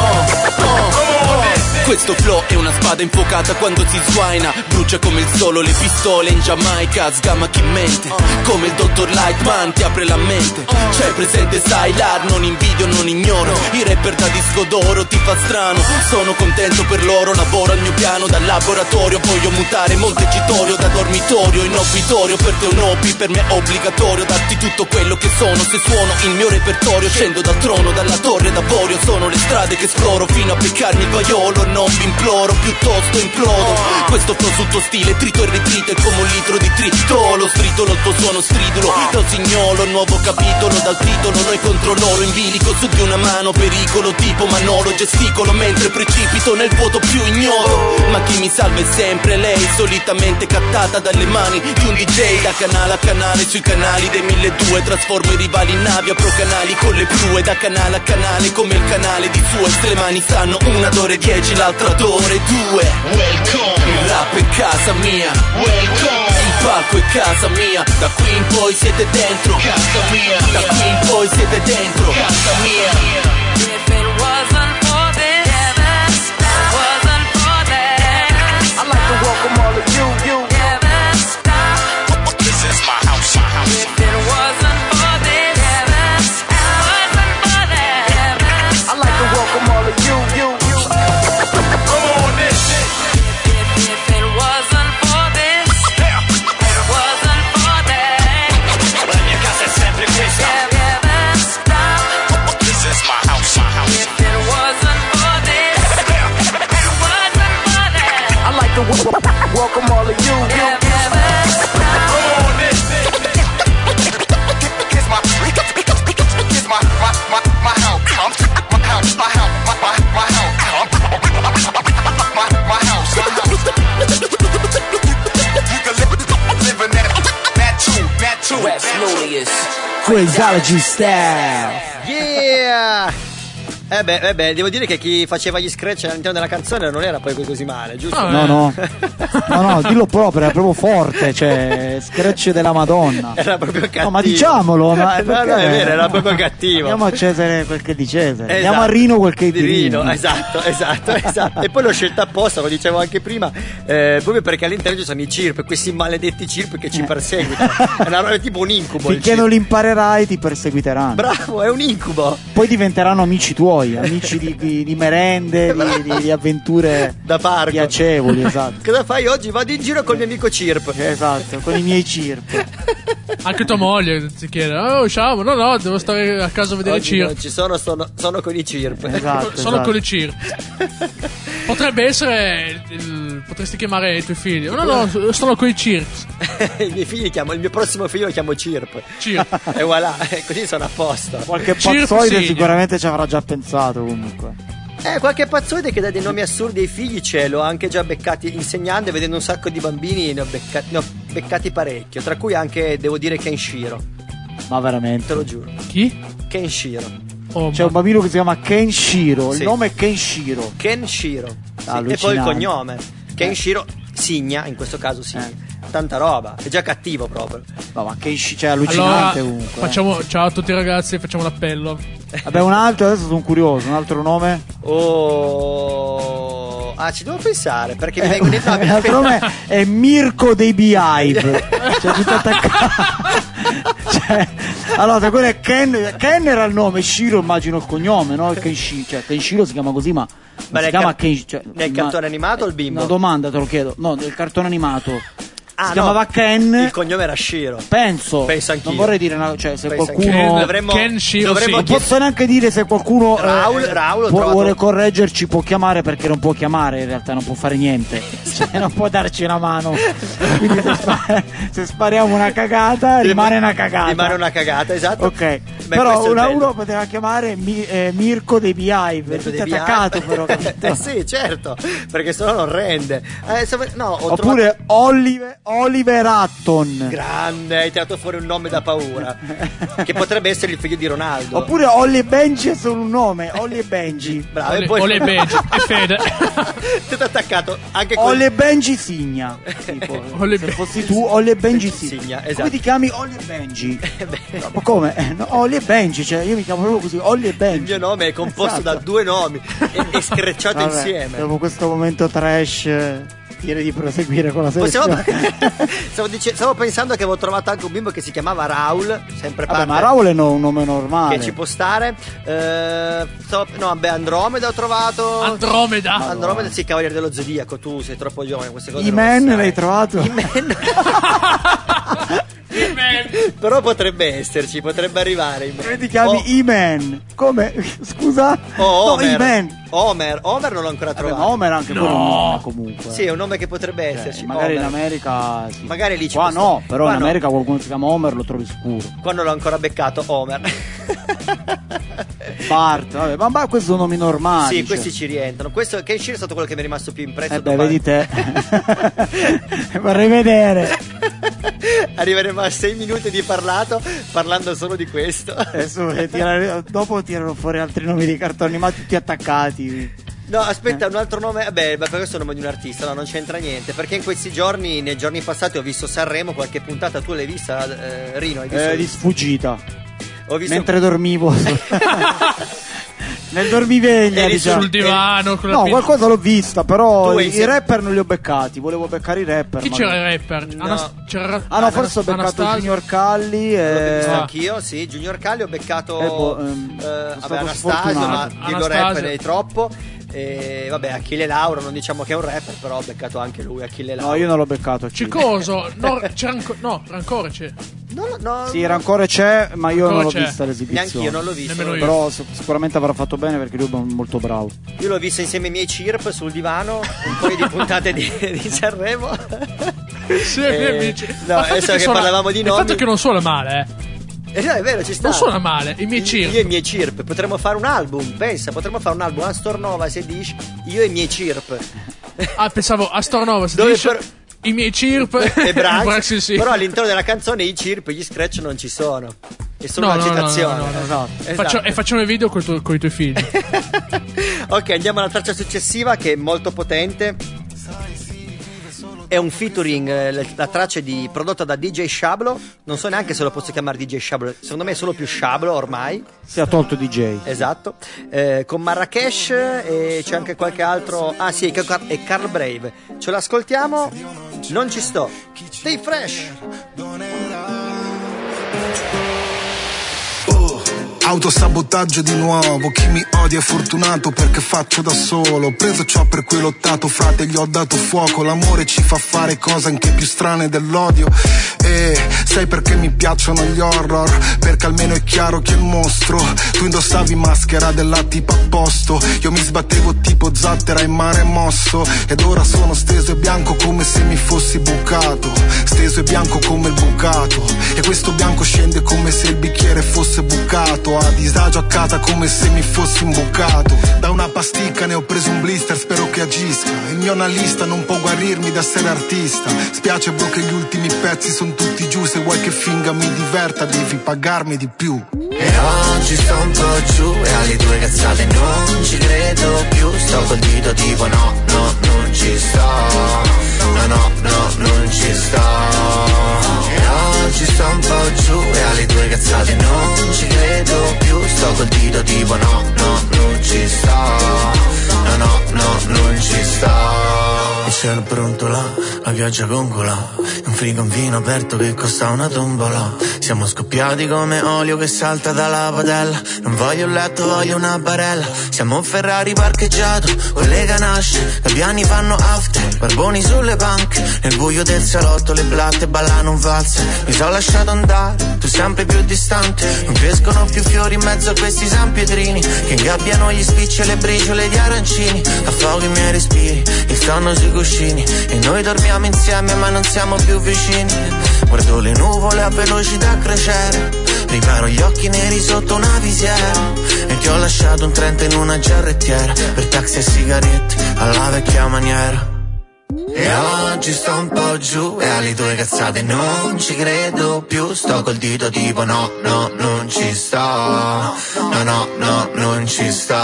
Questo flow è una spada infuocata quando si sguaina. Brucia come il solo le pistole in Giamaica. Sgama chi mente, come il dottor Lightman ti apre la mente. C'è presente Sylar, non invidio, non ignoro. I rapper da disco d'oro ti fa strano. Sono contento per loro, lavoro al mio piano da laboratorio. Voglio mutare Montecitorio da dormitorio in obitorio. Per te un hobby, per me è obbligatorio darti tutto quello che sono. Se suono il mio repertorio scendo dal trono, dalla torre d'avorio. Sono le strade che esploro fino a beccarmi il vaiolo. Non vi imploro, piuttosto implodo. Questo flow sul tuo stile, trito e ritrito è come un litro di tritolo. Stritolo il tuo suono stridulo, da signolo, nuovo capitolo dal titolo. Noi contro loro in bilico, su di una mano pericolo. Tipo Manolo, gesticolo mentre precipito nel vuoto più ignoto. Ma chi mi salva è sempre lei, solitamente cattata dalle mani di un D J. Da canale a canale, sui canali dei milleduecento trasformo i rivali in navi a pro canali con le prue. Da canale a canale come il canale di Suez. Le mani stanno una d'ore dieci, l'altra d'ore due. Welcome. Il rap è casa mia. Welcome. Il palco è casa mia. Da qui in poi siete dentro. Casa mia. Da qui in poi siete dentro. Casa mia. if it wasn't for this, wasn't for that, I like to welcome all of you. You. never stop. This is my house, my house. If it wasn't for this, wasn't for that, I like to welcome all of you. You. Come on, this shit. if, if it wasn't for this, wasn't for that, La mia casa è sempre questa. never stop. This is my house. Crazyology Style. Yeah! Eh beh, eh beh, devo dire che chi faceva gli scratch all'interno della canzone non era poi così male, giusto? No, no, no, no, dillo proprio, era proprio forte, cioè, scratch della Madonna. Era proprio cattivo. No, ma diciamolo, ma no, no, è vero, era proprio cattivo. Andiamo a Cesare quel che di Cesare, Esatto. andiamo a Rino quel che di Rino. Rino. Esatto, esatto, esatto. E poi l'ho scelta apposta, lo dicevo anche prima, eh, proprio perché all'interno ci sono i cirp, questi maledetti cirp che ci perseguitano. È una roba, è tipo un incubo. Finché non li imparerai ti perseguiteranno. Bravo, è un incubo. Poi diventeranno amici tuoi, amici di, di, di merende, di, di, di avventure da parco piacevoli, esatto. Cosa fai oggi? Vado in giro col mio amico Cirp. Esatto, con i miei cirp. Anche tua moglie ti chiede: oh, usciamo? No, no, devo stare a casa a vedere Oggi i Cirp. non ci sono, sono, sono con i Cirp. Esatto, sono esatto. con i Cirp. Potrebbe essere il, potresti chiamare i tuoi figli. No, no, sono con i Cirp. I miei figli chiamo, il mio prossimo figlio lo chiamo Cirp. Cirp. E voilà, così sono a posto. Qualche Cirp pazzoide segna. sicuramente ci avrà già pensato comunque. Eh, qualche pazzoide che dà dei nomi assurdi ai figli ce l'ho anche già beccati insegnando e vedendo un sacco di bambini, ne ho beccati, ne ho beccati parecchio, tra cui anche, devo dire, Kenshiro. Ma veramente? Te lo giuro. Chi? Kenshiro. Oh, C'è un bambino che si chiama Kenshiro, Sì. il nome è Kenshiro. Kenshiro. Sì, e poi il Allucinante. cognome. Kenshiro Signa, in questo caso Signa. Eh. Tanta roba, è già cattivo proprio. No, ma Kenshiro, cioè allora, allucinante comunque. facciamo, ciao a tutti i ragazzi, facciamo l'appello. Vabbè, un altro, adesso sono curioso, un altro nome? Oh. Ah, ci devo pensare perché mi Eh, vengono in un altro nome è Mirko dei Beehive. Cioè, tutto attaccato. Cioè, allora, quello è Ken, Ken era il nome, Shiro immagino il cognome, no? Il Kenshiro, cioè Kenshiro si chiama così, ma non Ma si nel chiama car- Ken, cioè, nel ma- cartone animato o il bimbo? Una domanda te lo chiedo. No, del cartone animato. Ah, si no, chiamava Ken. Il cognome era Shiro. Penso. Penso anch'io. Non vorrei dire una, cioè se Penso qualcuno anch'io. Dovremmo, Ken Shiro, dovremmo sì. non posso neanche dire se qualcuno Raul- eh, Raul ho può- trovato- vuole correggerci, può chiamare, perché non può chiamare, in realtà non può fare niente, cioè, non può darci una mano. Quindi se, spa- se spariamo una cagata rimane una cagata. Rimane una cagata, esatto. Ok. Beh, Però questo è una, bello. uno poteva chiamare Mi- eh, Mirko dei Beehive, Mirko tutti dei attaccato Beehive. però, capito? Eh sì, certo, perché sennò non rende. Eh, se- no, ho Oppure Oliver, Oliver Hutton. trovato... Grande, hai tirato fuori un nome da paura. Che potrebbe essere il figlio di Ronaldo. Oppure Ollie e Benji è solo un nome, Ollie e Benji. Bravo, Ole, e poi... Ole Benji e Fede. Tutto attaccato. Anche quel... Ollie e Benji Signa. Tipo, Ollie se Be- fossi tu, Ollie e Benji Benji Signa. Signa, esatto. Come ti chiami Ollie e Benji? Eh beh, Ma come? Eh, no, Ollie e Benji, cioè io mi chiamo proprio così, Ollie e il Benji. mio nome è composto Esatto. da due nomi e, e screcciati Vabbè, insieme. dopo questo momento trash, eh, direi di proseguire con la Possiamo... selezione. stavo, dice... stavo pensando che avevo trovato anche un bimbo che si chiamava Raul, sempre Vabbè, parte... ma Raul è no- un nome normale. che ci può stare. Eh, stavo... No, vabbè, Andromeda ho trovato. Andromeda. Andromeda, sì, Cavaliere dello Zodiaco. Tu sei troppo giovane, queste cose. I-Man non le sai. l'hai trovato? I-Man. Però potrebbe esserci, potrebbe arrivare. I-Man. Come ti chiami? Oh, I-Man. Come? Scusa? oh, No, Homer. I-Man. Homer. Homer non l'ho ancora Vabbè, trovato. ma Homer anche quello è un nome comunque. Sì, è un nome che potrebbe Cioè, esserci. magari Homer. in America sì. Magari lì ci Qua può no, stare. però Qua in no. America qualcuno si chiama Homer lo trovi sicuro. Quando l'ho ancora beccato, Homer. Bart, vabbè, ma, ma questi sono nomi normali. Sì, cioè. questi ci rientrano. Questo Kenshiro è stato quello che mi è rimasto più impresso. Eh beh, dopo- vedi te. Vorrei vedere. Arriveremo a sei minuti di parlato parlando solo di questo. Adesso eh, tirare- dopo tirano fuori altri nomi di cartoni animati tutti attaccati. No, aspetta, un altro nome. Vabbè, ma questo è il nome di un artista, no, non c'entra niente. Perché in questi giorni, nei giorni passati, ho visto Sanremo, qualche puntata. Tu l'hai vista, eh, Rino? Hai visto? Eh, di sfuggita. Ho visto. Mentre dormivo. Nel dormiveglia, Eri diciamo. Sul divano con la No, pin- qualcosa l'ho vista, però Tu i insieme- rapper non li ho beccati. Volevo beccare i rapper. Chi ma- c'era il rapper? No. Anas- c'era Ah no, forse ho beccato Anastasia. Junior Calli L'ho visto e... anch'io, sì. Junior Calli ho beccato. Eh, boh, ehm, eh, sono vabbè, stato Anastasio, ma sfortunato. dico Anastasia. rapper è troppo. E vabbè, Achille Lauro, non diciamo che è un rapper, però ho beccato anche lui, Achille Lauro. No, io non l'ho beccato. C'è coso? No, c'era anco- no, ancora c'è. No, no, no, Sì, Rancore c'è, ma io Ancora non l'ho c'è. vista l'esibizione. neanch'io non l'ho visto. Nemmeno io. Però sic- sicuramente avrà fatto bene perché lui è molto bravo. Io l'ho vista insieme ai miei Cirp sul divano, un paio di puntate di, di Sanremo. Sì, Eh, amici. no, Ma il fatto adesso che suona- parlavamo di Il nomi- fatto che non suona male, eh. Eh, no, è vero, ci sta. Non suona male, i miei Io- Cirp. Io e i miei Cirp, potremmo fare un album, pensa, potremmo fare un album a Stornova se dici, io e i miei Cirp. Ah, pensavo a Stornova si Dove dice per- i miei Cirp e Brax, Brax, sì. però all'interno della canzone i Cirp, gli scratch non ci sono. è solo No, una no, no, citazione. no, no, no. Esatto. Esatto. Faccia- e facciamo i video con i tuoi figli. Ok, andiamo alla traccia successiva che è molto potente. È un featuring, eh, la traccia è di, prodotta da D J Shablo. Non so neanche se lo posso chiamare D J Shablo. Secondo me è solo più Shablo ormai. Si è tolto D J. Esatto. Eh, con Marrakesh e c'è anche qualche altro. Ah sì, e Carl Brave. Ce l'ascoltiamo. Non ci sto. Stay fresh. Autosabotaggio di nuovo, chi mi odia è fortunato perché faccio da solo. Ho preso ciò per cui ho lottato, frate, gli ho dato fuoco. L'amore ci fa fare cose anche più strane dell'odio. E sai perché mi piacciono gli horror? Perché almeno è chiaro chi è il mostro. Tu indossavi maschera della tipa a posto, io mi sbattevo tipo zattera in mare mosso. Ed ora sono steso e bianco come se mi fossi bucato, steso e bianco come il bucato. E questo bianco scende come se il bicchiere fosse bucato. A disagio a casa come se mi fossi imbucato. Da una pasticca ne ho preso un blister, spero che agisca. Il mio analista non può guarirmi da essere artista. Spiace bro che gli ultimi pezzi sono tutti giù. Se vuoi che finga mi diverta devi pagarmi di più. E oggi sto un po' giù e alle tue cazzate non ci credo più. Sto col dito tipo no, no, non ci sto. No, no, no, non ci sto. E oggi sto un po' giù e alle tue cazzate non ci credo più. Sto col dito tipo no, no, non ci sto. No, no, no, non ci sto. Il cielo brontola, la pioggia gongola, un frigo in vino aperto che costa una tombola. Siamo scoppiati come olio che salta dalla padella. Non voglio un letto, voglio una barella. Siamo un Ferrari parcheggiato con le ganasce, gabbiani fanno after, barboni sulle panche. Nel buio del salotto le blatte ballano un valzer. Mi sono lasciato andare, tu sempre più distante. Non crescono più fiori in mezzo a questi sanpietrini che ingabbiano gli spicci e le briciole di arancini. Affogo i miei respiri, il sonno sui cuscini e noi dormiamo insieme ma non siamo più vicini. Guardo le nuvole a velocità crociera, riparo gli occhi neri sotto una visiera. E ti ho lasciato un trenta in una giarrettiera per taxi e sigarette alla vecchia maniera. E oggi sto un po' giù e alle tue cazzate non ci credo più. Sto col dito tipo no, no, non ci sto. No, no, no, non ci sto.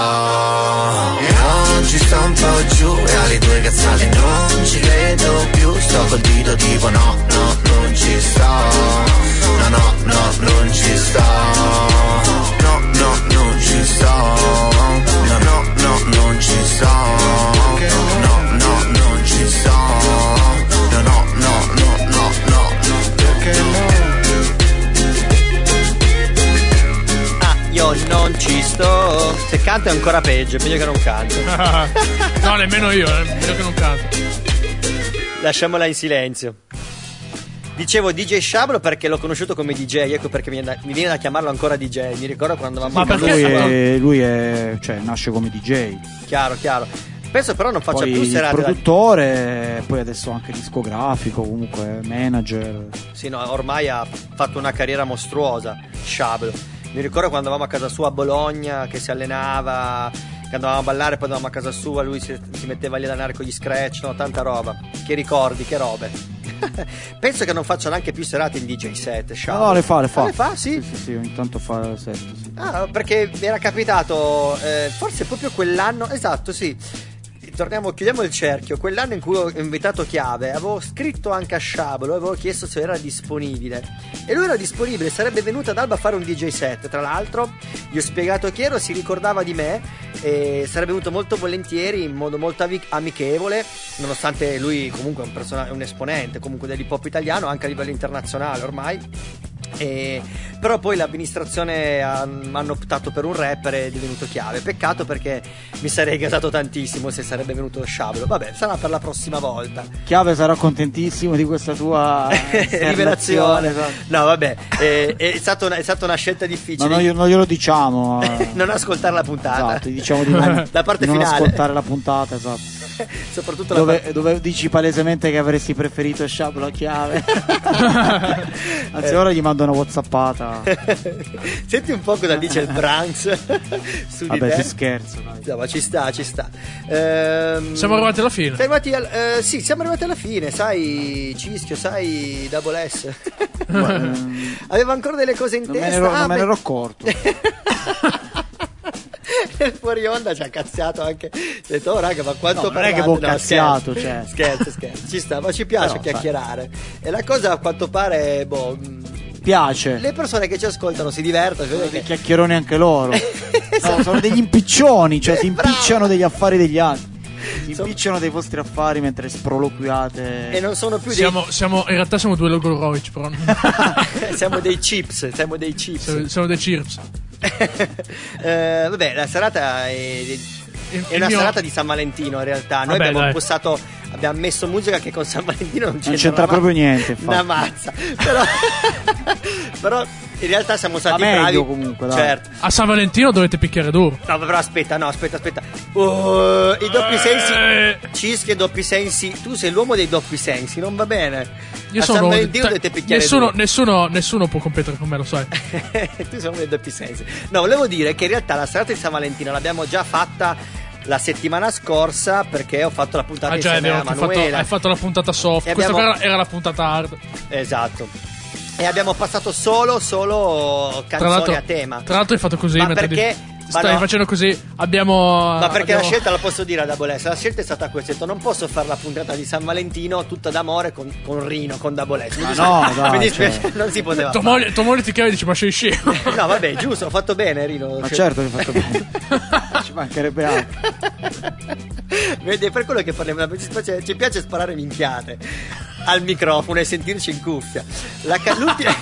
E oggi sto un po' giù e alle tue cazzate non ci credo più. Sto col dito tipo no, no, non ci sto. No, no, no, non ci sto. No, no, non ci sto. No, no, no, non ci sto. No, no, non ci sto. No, no, no, no, no, no. Perché no? Ah, io non ci sto. Se canto è ancora peggio, è meglio che non canto. No, nemmeno io, è meglio che non canto. Lasciamola in silenzio. Dicevo D J Shablo perché l'ho conosciuto come D J, ecco perché mi viene da, mi viene da chiamarlo ancora D J. Mi ricordo quando andavamo Ma perché lui è, lui è, cioè, nasce come D J. Chiaro, chiaro. Penso però non faccia poi più serate da produttore, poi adesso anche discografico, comunque manager. Sì, no, ormai ha fatto una carriera mostruosa Shablo. Mi ricordo quando andavamo a casa sua a Bologna che si allenava, che andavamo a ballare, poi andavamo a casa sua, lui si, si metteva lì ad allenare con gli scratch, no, tanta roba. Che ricordi, che robe. Penso che non faccia neanche più serate in D J set. Shablo. No, no, le fa, le fa. Ah, le fa, sì? Sì, sì, sì, ogni tanto fa set, sì. Ah, perché mi era capitato, eh, forse proprio quell'anno, esatto, sì. Torniamo, chiudiamo il cerchio. Quell'anno in cui ho invitato Chiave, avevo scritto anche a Shablo, avevo chiesto se era disponibile. E lui era disponibile, sarebbe venuto ad Alba a fare un D J set. Tra l'altro, gli ho spiegato chi ero, si ricordava di me e sarebbe venuto molto volentieri, in modo molto amichevole, nonostante lui comunque è un, person- un esponente comunque dell'hip hop italiano, anche a livello internazionale ormai. E, però poi l'amministrazione ha, hanno optato per un rapper e è divenuto Chiave. Peccato perché mi sarei gasato tantissimo se sarebbe venuto Shablo. Vabbè, sarà per la prossima volta. Chiave sarà contentissimo di questa tua rivelazione. Esatto. No, vabbè, è, è, stata una, è stata una scelta difficile. No, no, io, non glielo diciamo. Non ascoltare la puntata. Esatto, diciamo di non, la parte di non finale. ascoltare la puntata, esatto. Soprattutto dove, la dove dici palesemente che avresti preferito Shablo a chiave. Anzi, Eh. ora gli mando una whatsappata. Senti un po' cosa dice il Branks su di Vabbè, te. si scherza, dai. No, ma ci sta, ci sta. Ehm, Siamo arrivati alla fine. Siamo arrivati al, eh, sì, siamo arrivati alla fine, sai Cischio, sai Double S. Aveva ancora delle cose in Non me testa. ne ero, Ah, non me ne beh, ero accorto. nel fuori onda ci ha cazziato anche. Ha detto, oh raga, ma quanto No, non è che parlate? avevo cazziato, scherzo, cioè. scherzo, scherzo, ci sta, ma ci piace Però, chiacchierare. E la cosa a quanto pare, boh, mh, Piace. le persone che ci ascoltano si divertono. si vede Dei che- chiacchieroni anche loro. No, sono degli impiccioni, cioè si impicciano degli affari degli altri. Si impicciano dei vostri affari mentre sproloquiate. E non sono più Siamo, siamo, in realtà siamo due Logorovic, però. dei siamo dei chips, siamo dei chips. siamo, siamo dei Chirps. Eh, vabbè, la serata è, è una il mio- serata di San Valentino in realtà. Noi Vabbè, abbiamo dai. impostato, abbiamo messo musica che con San Valentino non c'entra, Non c'entra una proprio ma- niente, infatti. una mazza. Però, però in realtà siamo stati Ma meglio, bravi. comunque, dai. Certo. A San Valentino dovete picchiare duro. No, però aspetta, no, aspetta, aspetta. Uh, I doppi sensi. Eh. Cischi e doppi sensi. Tu sei l'uomo dei doppi sensi, non va bene. Io A sono San uno di- Valentino te- dovete picchiare nessuno, duro. nessuno, nessuno può competere con me, lo sai. Tu sei uno dei doppi sensi. No, volevo dire che in realtà la serata di San Valentino l'abbiamo già fatta la settimana scorsa perché ho fatto la puntata Ah, già, è insieme vero, a che hai fatto, Manuela. hai fatto la puntata soft. E Questa abbiamo- qua era la puntata hard. Esatto. E abbiamo passato solo solo Tra canzoni l'altro, a tema. tra l'altro hai fatto così. Ma mentre perché- di- ma Stai no. facendo così. Abbiamo. Ma perché abbiamo- la scelta la posso dire ad Double S? La scelta è stata questa. Ho detto, non posso fare la puntata di San Valentino tutta d'amore con, con Rino, con Double S. Mi Ma dispiace- no, dai, mi dispiace, cioè. non si poteva Tua fare. moglie, tua moglie ti chiama e dice: ma sei scemo. No, vabbè, giusto, ho fatto bene, Rino. Ma Cioè- certo che hai fatto bene. Ci mancherebbe altro. Vedi, è per quello che parliamo. Ci piace, ci piace sparare minchiate al microfono e sentirci in cuffia. La ca- l'ultima-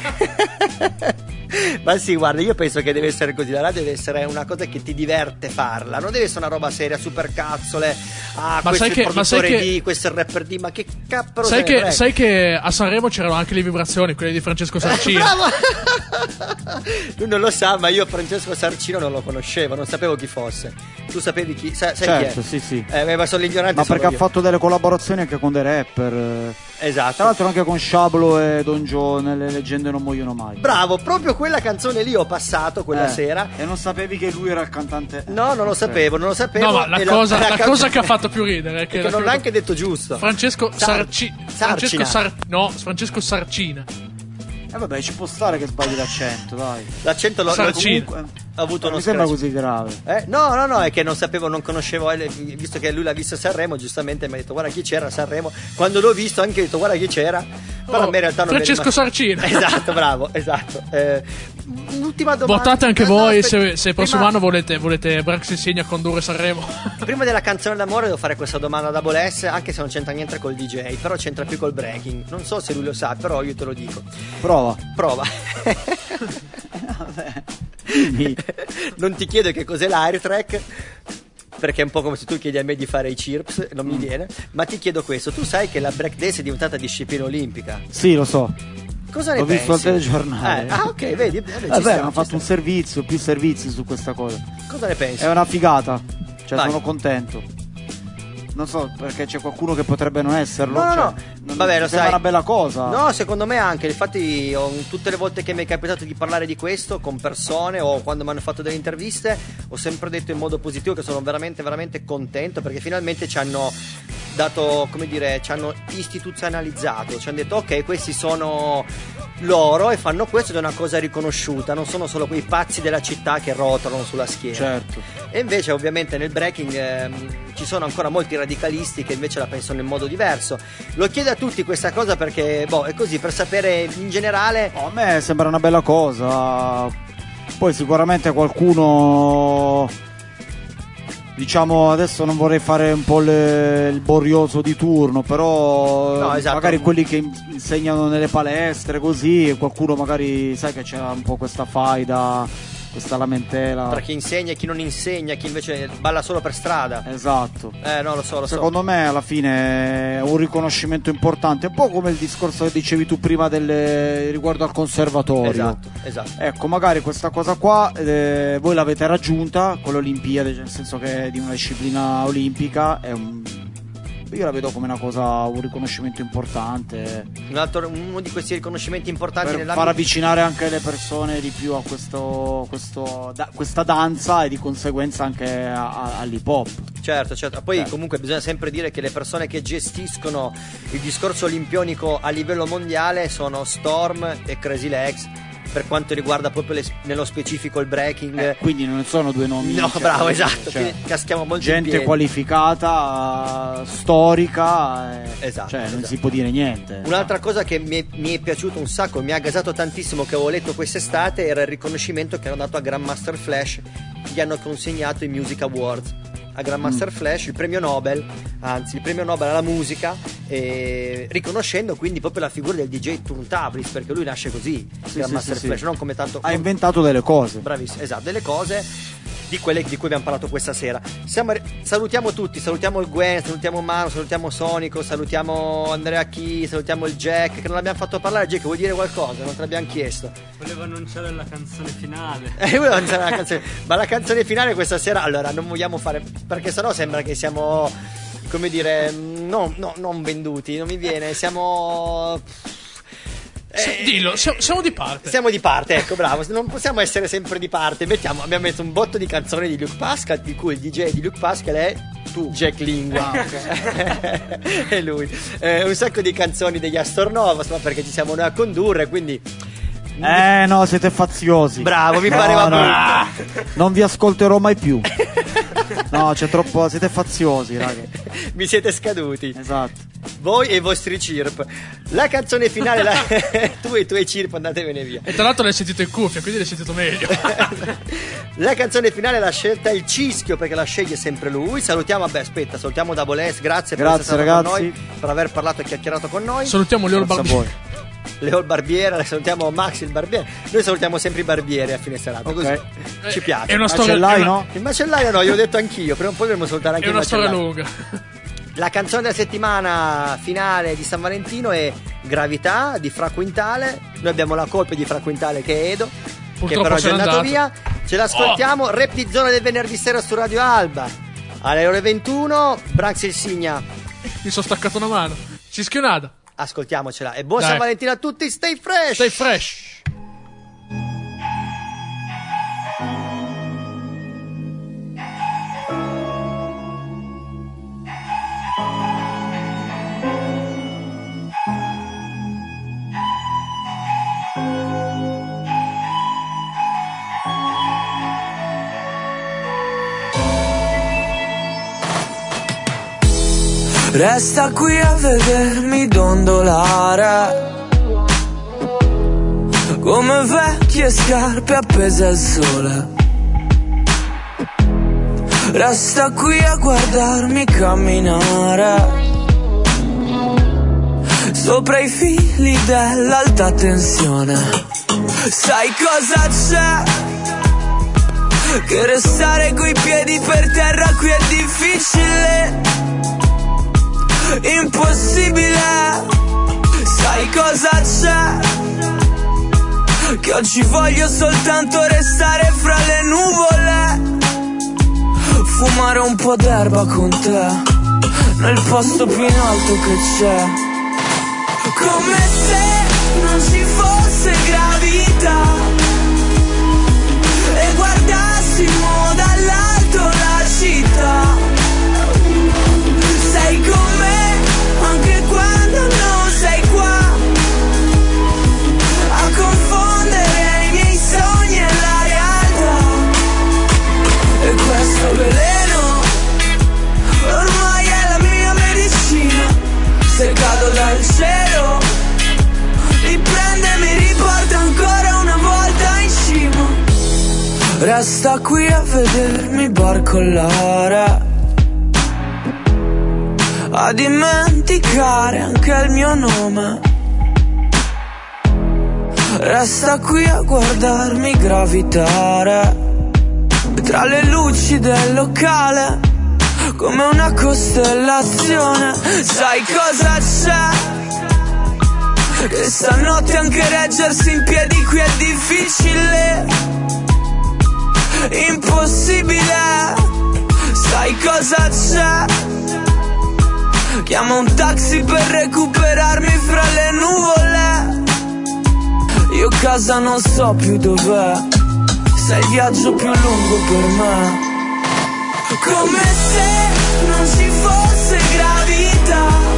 Ma sì, guarda, io penso che deve essere così. La radio deve essere una cosa che ti diverte farla. Non deve essere una roba seria, super cazzole. Ah, Ma questo sai è che- il ma produttore sai che- di, questo è il rapper di. Ma che cappero sai, se ne che, frega? sai che a Sanremo c'erano anche le vibrazioni, quelle di Francesco Sarcino. Bravo! Lui non lo sa, ma io Francesco Sarcino non lo conoscevo, non sapevo chi fosse. Tu sapevi chi? Sa- sai Certo, chi è? sì, sì. Eh, ma sono l'ignorante. Ma sono perché ha io. fatto delle collaborazioni anche con dei rapper. eh. Esatto. Tra l'altro anche con Shablo e Don Joe nelle Leggende non muoiono mai. Bravo, proprio quella canzone lì ho passato quella Eh, sera. E non sapevi che lui era il cantante? No, non lo sapevo, non lo sapevo. No, ma la E cosa, la ca- cosa che ha fatto più ridere è è che, che non l'ha anche detto giusto. Francesco Sar- Sarci, Sarcina. Francesco Sar, no, Francesco Sarcina. Eh vabbè, ci può stare che sbagli l'accento, dai. L'accento l'ho, l'ho Sarcino. Comunque, ho avuto non uno mi sembra scratch. così grave. Eh? No, no, no, è che non sapevo, non conoscevo, eh, visto che lui l'ha visto a Sanremo, giustamente mi ha detto guarda chi c'era a Sanremo. Quando l'ho visto anche ho detto guarda chi c'era. Però Oh, a me in realtà non mi è Francesco rimasto- Sarcino. Esatto, bravo, esatto. Eh, un'ultima domanda. Votate anche No, no, voi aspetta. se, se il prossimo Prima- anno volete, volete Brax insegna a condurre Sanremo. Prima della canzone d'amore devo fare questa domanda da Double S, anche se non c'entra niente col D J, però c'entra più col breaking. Non so se lui lo sa, però io te lo dico. Prova. Prova. Dimmi. Non ti chiedo che cos'è l'air track, perché è un po' come se tu chiedi a me di fare i chirps, non mi Mm. viene. Ma ti chiedo questo: tu sai che la break dance è diventata disciplina olimpica? Sì, lo so. Cosa ne L'ho pensi? visto al telegiornale. Eh, ah, ok, vedi. Vabbè, ci Vabbè, sta, hanno ci fatto sta. un servizio, più servizi su questa cosa. Cosa ne pensi? È una figata. Cioè, Vai. sono contento. Non so, perché c'è qualcuno che potrebbe non esserlo. No, no, cioè, no. non- Vabbè, mi lo sembra sai. una bella cosa. No, secondo me anche. Infatti, ho- tutte le volte che mi è capitato di parlare di questo con persone o quando mi hanno fatto delle interviste, ho sempre detto in modo positivo che sono veramente, veramente contento perché finalmente ci hanno dato, come dire, ci hanno istituzionalizzato. Ci hanno detto, ok, questi sono loro e fanno questo ed è una cosa riconosciuta. Non sono solo quei pazzi della città che rotolano sulla schiena. Certo. E invece ovviamente nel breaking ehm, ci sono ancora molti radicalisti che invece la pensano in modo diverso. Lo chiedo a tutti questa cosa perché boh, è così, per sapere in generale. No, a me sembra una bella cosa. Poi sicuramente qualcuno, diciamo, adesso non vorrei fare un po' le- il borioso di turno, però No, esatto. magari quelli che in- insegnano nelle palestre così, e qualcuno magari sai che c'è un po' questa faida, questa lamentela. Tra chi insegna e chi non insegna, chi invece balla solo per strada. Esatto. Eh no, lo so, lo so. Secondo me alla fine è un riconoscimento importante, un po' come il discorso che dicevi tu prima del, riguardo al conservatorio. Esatto, esatto. Ecco, magari questa cosa qua eh, voi l'avete raggiunta con le Olimpiadi, cioè nel senso che è di una disciplina olimpica, è un, Io la vedo come una cosa, un riconoscimento importante. Un altro, uno di questi riconoscimenti importanti per nell'ambito... far avvicinare anche le persone di più a questo, questo da, questa danza e di conseguenza anche a, a, all'hip hop. Certo, certo. Poi certo. comunque bisogna sempre dire che le persone che gestiscono il discorso olimpionico a livello mondiale sono Storm e Crazy Legs, per quanto riguarda proprio le, nello specifico il breaking. Eh, quindi non sono due nomi. No, cioè, bravo, esatto. cioè, caschiamo molto gente in piedi. qualificata, storica. Eh, esatto. Cioè, non esatto. si può dire niente. Un'altra cosa che mi è, mi è piaciuto un sacco, mi ha gasato tantissimo, che avevo letto quest'estate, era il riconoscimento che hanno dato a Grandmaster Flash. Gli hanno consegnato i Music Awards a Grandmaster mm. Flash, il premio Nobel, anzi il premio Nobel alla musica, eh, riconoscendo quindi proprio la figura del D J Turntablis, perché lui nasce così, sì, Grandmaster sì, sì, Flash, sì. non come tanto... Ha inventato delle cose. Bravissimo, esatto, delle cose di quelle di cui abbiamo parlato questa sera. Siamo, salutiamo tutti, salutiamo il Gwen, salutiamo Manu, salutiamo Sonico, salutiamo Andrea Chi, salutiamo il Jack, che non l'abbiamo fatto parlare. Jack, vuoi dire qualcosa? Non te l'abbiamo chiesto. Volevo annunciare la canzone finale. Eh, volevo annunciare la canzone. Ma la canzone finale questa sera, allora, non vogliamo fare, perché sennò sembra che siamo, come dire, no, no, non venduti, non mi viene, siamo... Eh, dillo, siamo, siamo di parte. Siamo di parte, ecco, bravo. Non possiamo essere sempre di parte. Mettiamo, abbiamo messo un botto di canzoni di Luke Pascal, di cui il D J di Luke Pascal è tu, Jack Lingua. Ah, okay. È lui. Eh, un sacco di canzoni degli Astornovas, ma perché ci siamo noi a condurre, quindi. Eh no, siete faziosi. Bravo, mi no, pareva no. brutto. Non vi ascolterò mai più. No, c'è troppo. Siete faziosi, raga. Mi siete scaduti. Esatto. Voi e i vostri chirp. La canzone finale la... Tu e i tuoi chirp andatevene via. E tra l'altro l'hai sentito in cuffia, quindi l'hai sentito meglio. La canzone finale l'ha scelta il Cischio, perché la sceglie sempre lui. Salutiamo, vabbè aspetta, salutiamo Double S. Grazie, Grazie, per essere stato ragazzi. con noi, per aver parlato e chiacchierato con noi. Salutiamo Leo Barbiere. Leo il Barbiere, salutiamo Max il Barbiere. Noi salutiamo sempre i barbieri a fine serata, okay. Così ci piace. È una storia, macellaio, è una... no? Il macellaio no, io ho detto anch'io, prima o poi dovremmo salutare anche è il una macellaio. storia lunga. La canzone della settimana finale di San Valentino è Gravità di Fra Quintale. Noi abbiamo la colpa di Fra Quintale, che è Edo, purtroppo che però è già andato, andato via. Ce l'ascoltiamo, oh. Rap di Zona del venerdì sera su Radio Alba alle ore ventuno. Branx il Signa. Mi sono staccato una mano. Cischionada. Ascoltiamocela. E buon Dai. San Valentino a tutti. Stay fresh. Stay fresh. Resta qui a vedermi dondolare come vecchie scarpe appese al sole. Resta qui a guardarmi camminare sopra i fili dell'alta tensione. Sai cosa c'è? Che restare coi piedi per terra qui è difficile, impossibile. Sai cosa c'è? Che oggi voglio soltanto restare fra le nuvole, fumare un po' d'erba con te nel posto più in alto che c'è. Come se non ci fosse gravità e guardassimo dall'alto la città. Sei con me anche quando non sei qua a confondere i miei sogni e la realtà. E questo veleno ormai è la mia medicina. Se cado dal cielo mi prende e mi riporta ancora una volta in cima. Resta qui a vedermi barcollare, a dimenticare anche il mio nome. Resta qui a guardarmi gravitare tra le luci del locale come una costellazione. Sai cosa c'è? Che stanotte anche reggersi in piedi qui è difficile, impossibile. Sai cosa c'è? Chiama un taxi per recuperarmi fra le nuvole. Io casa non so più dov'è, sei il viaggio più lungo per me. Come se non ci fosse gravità,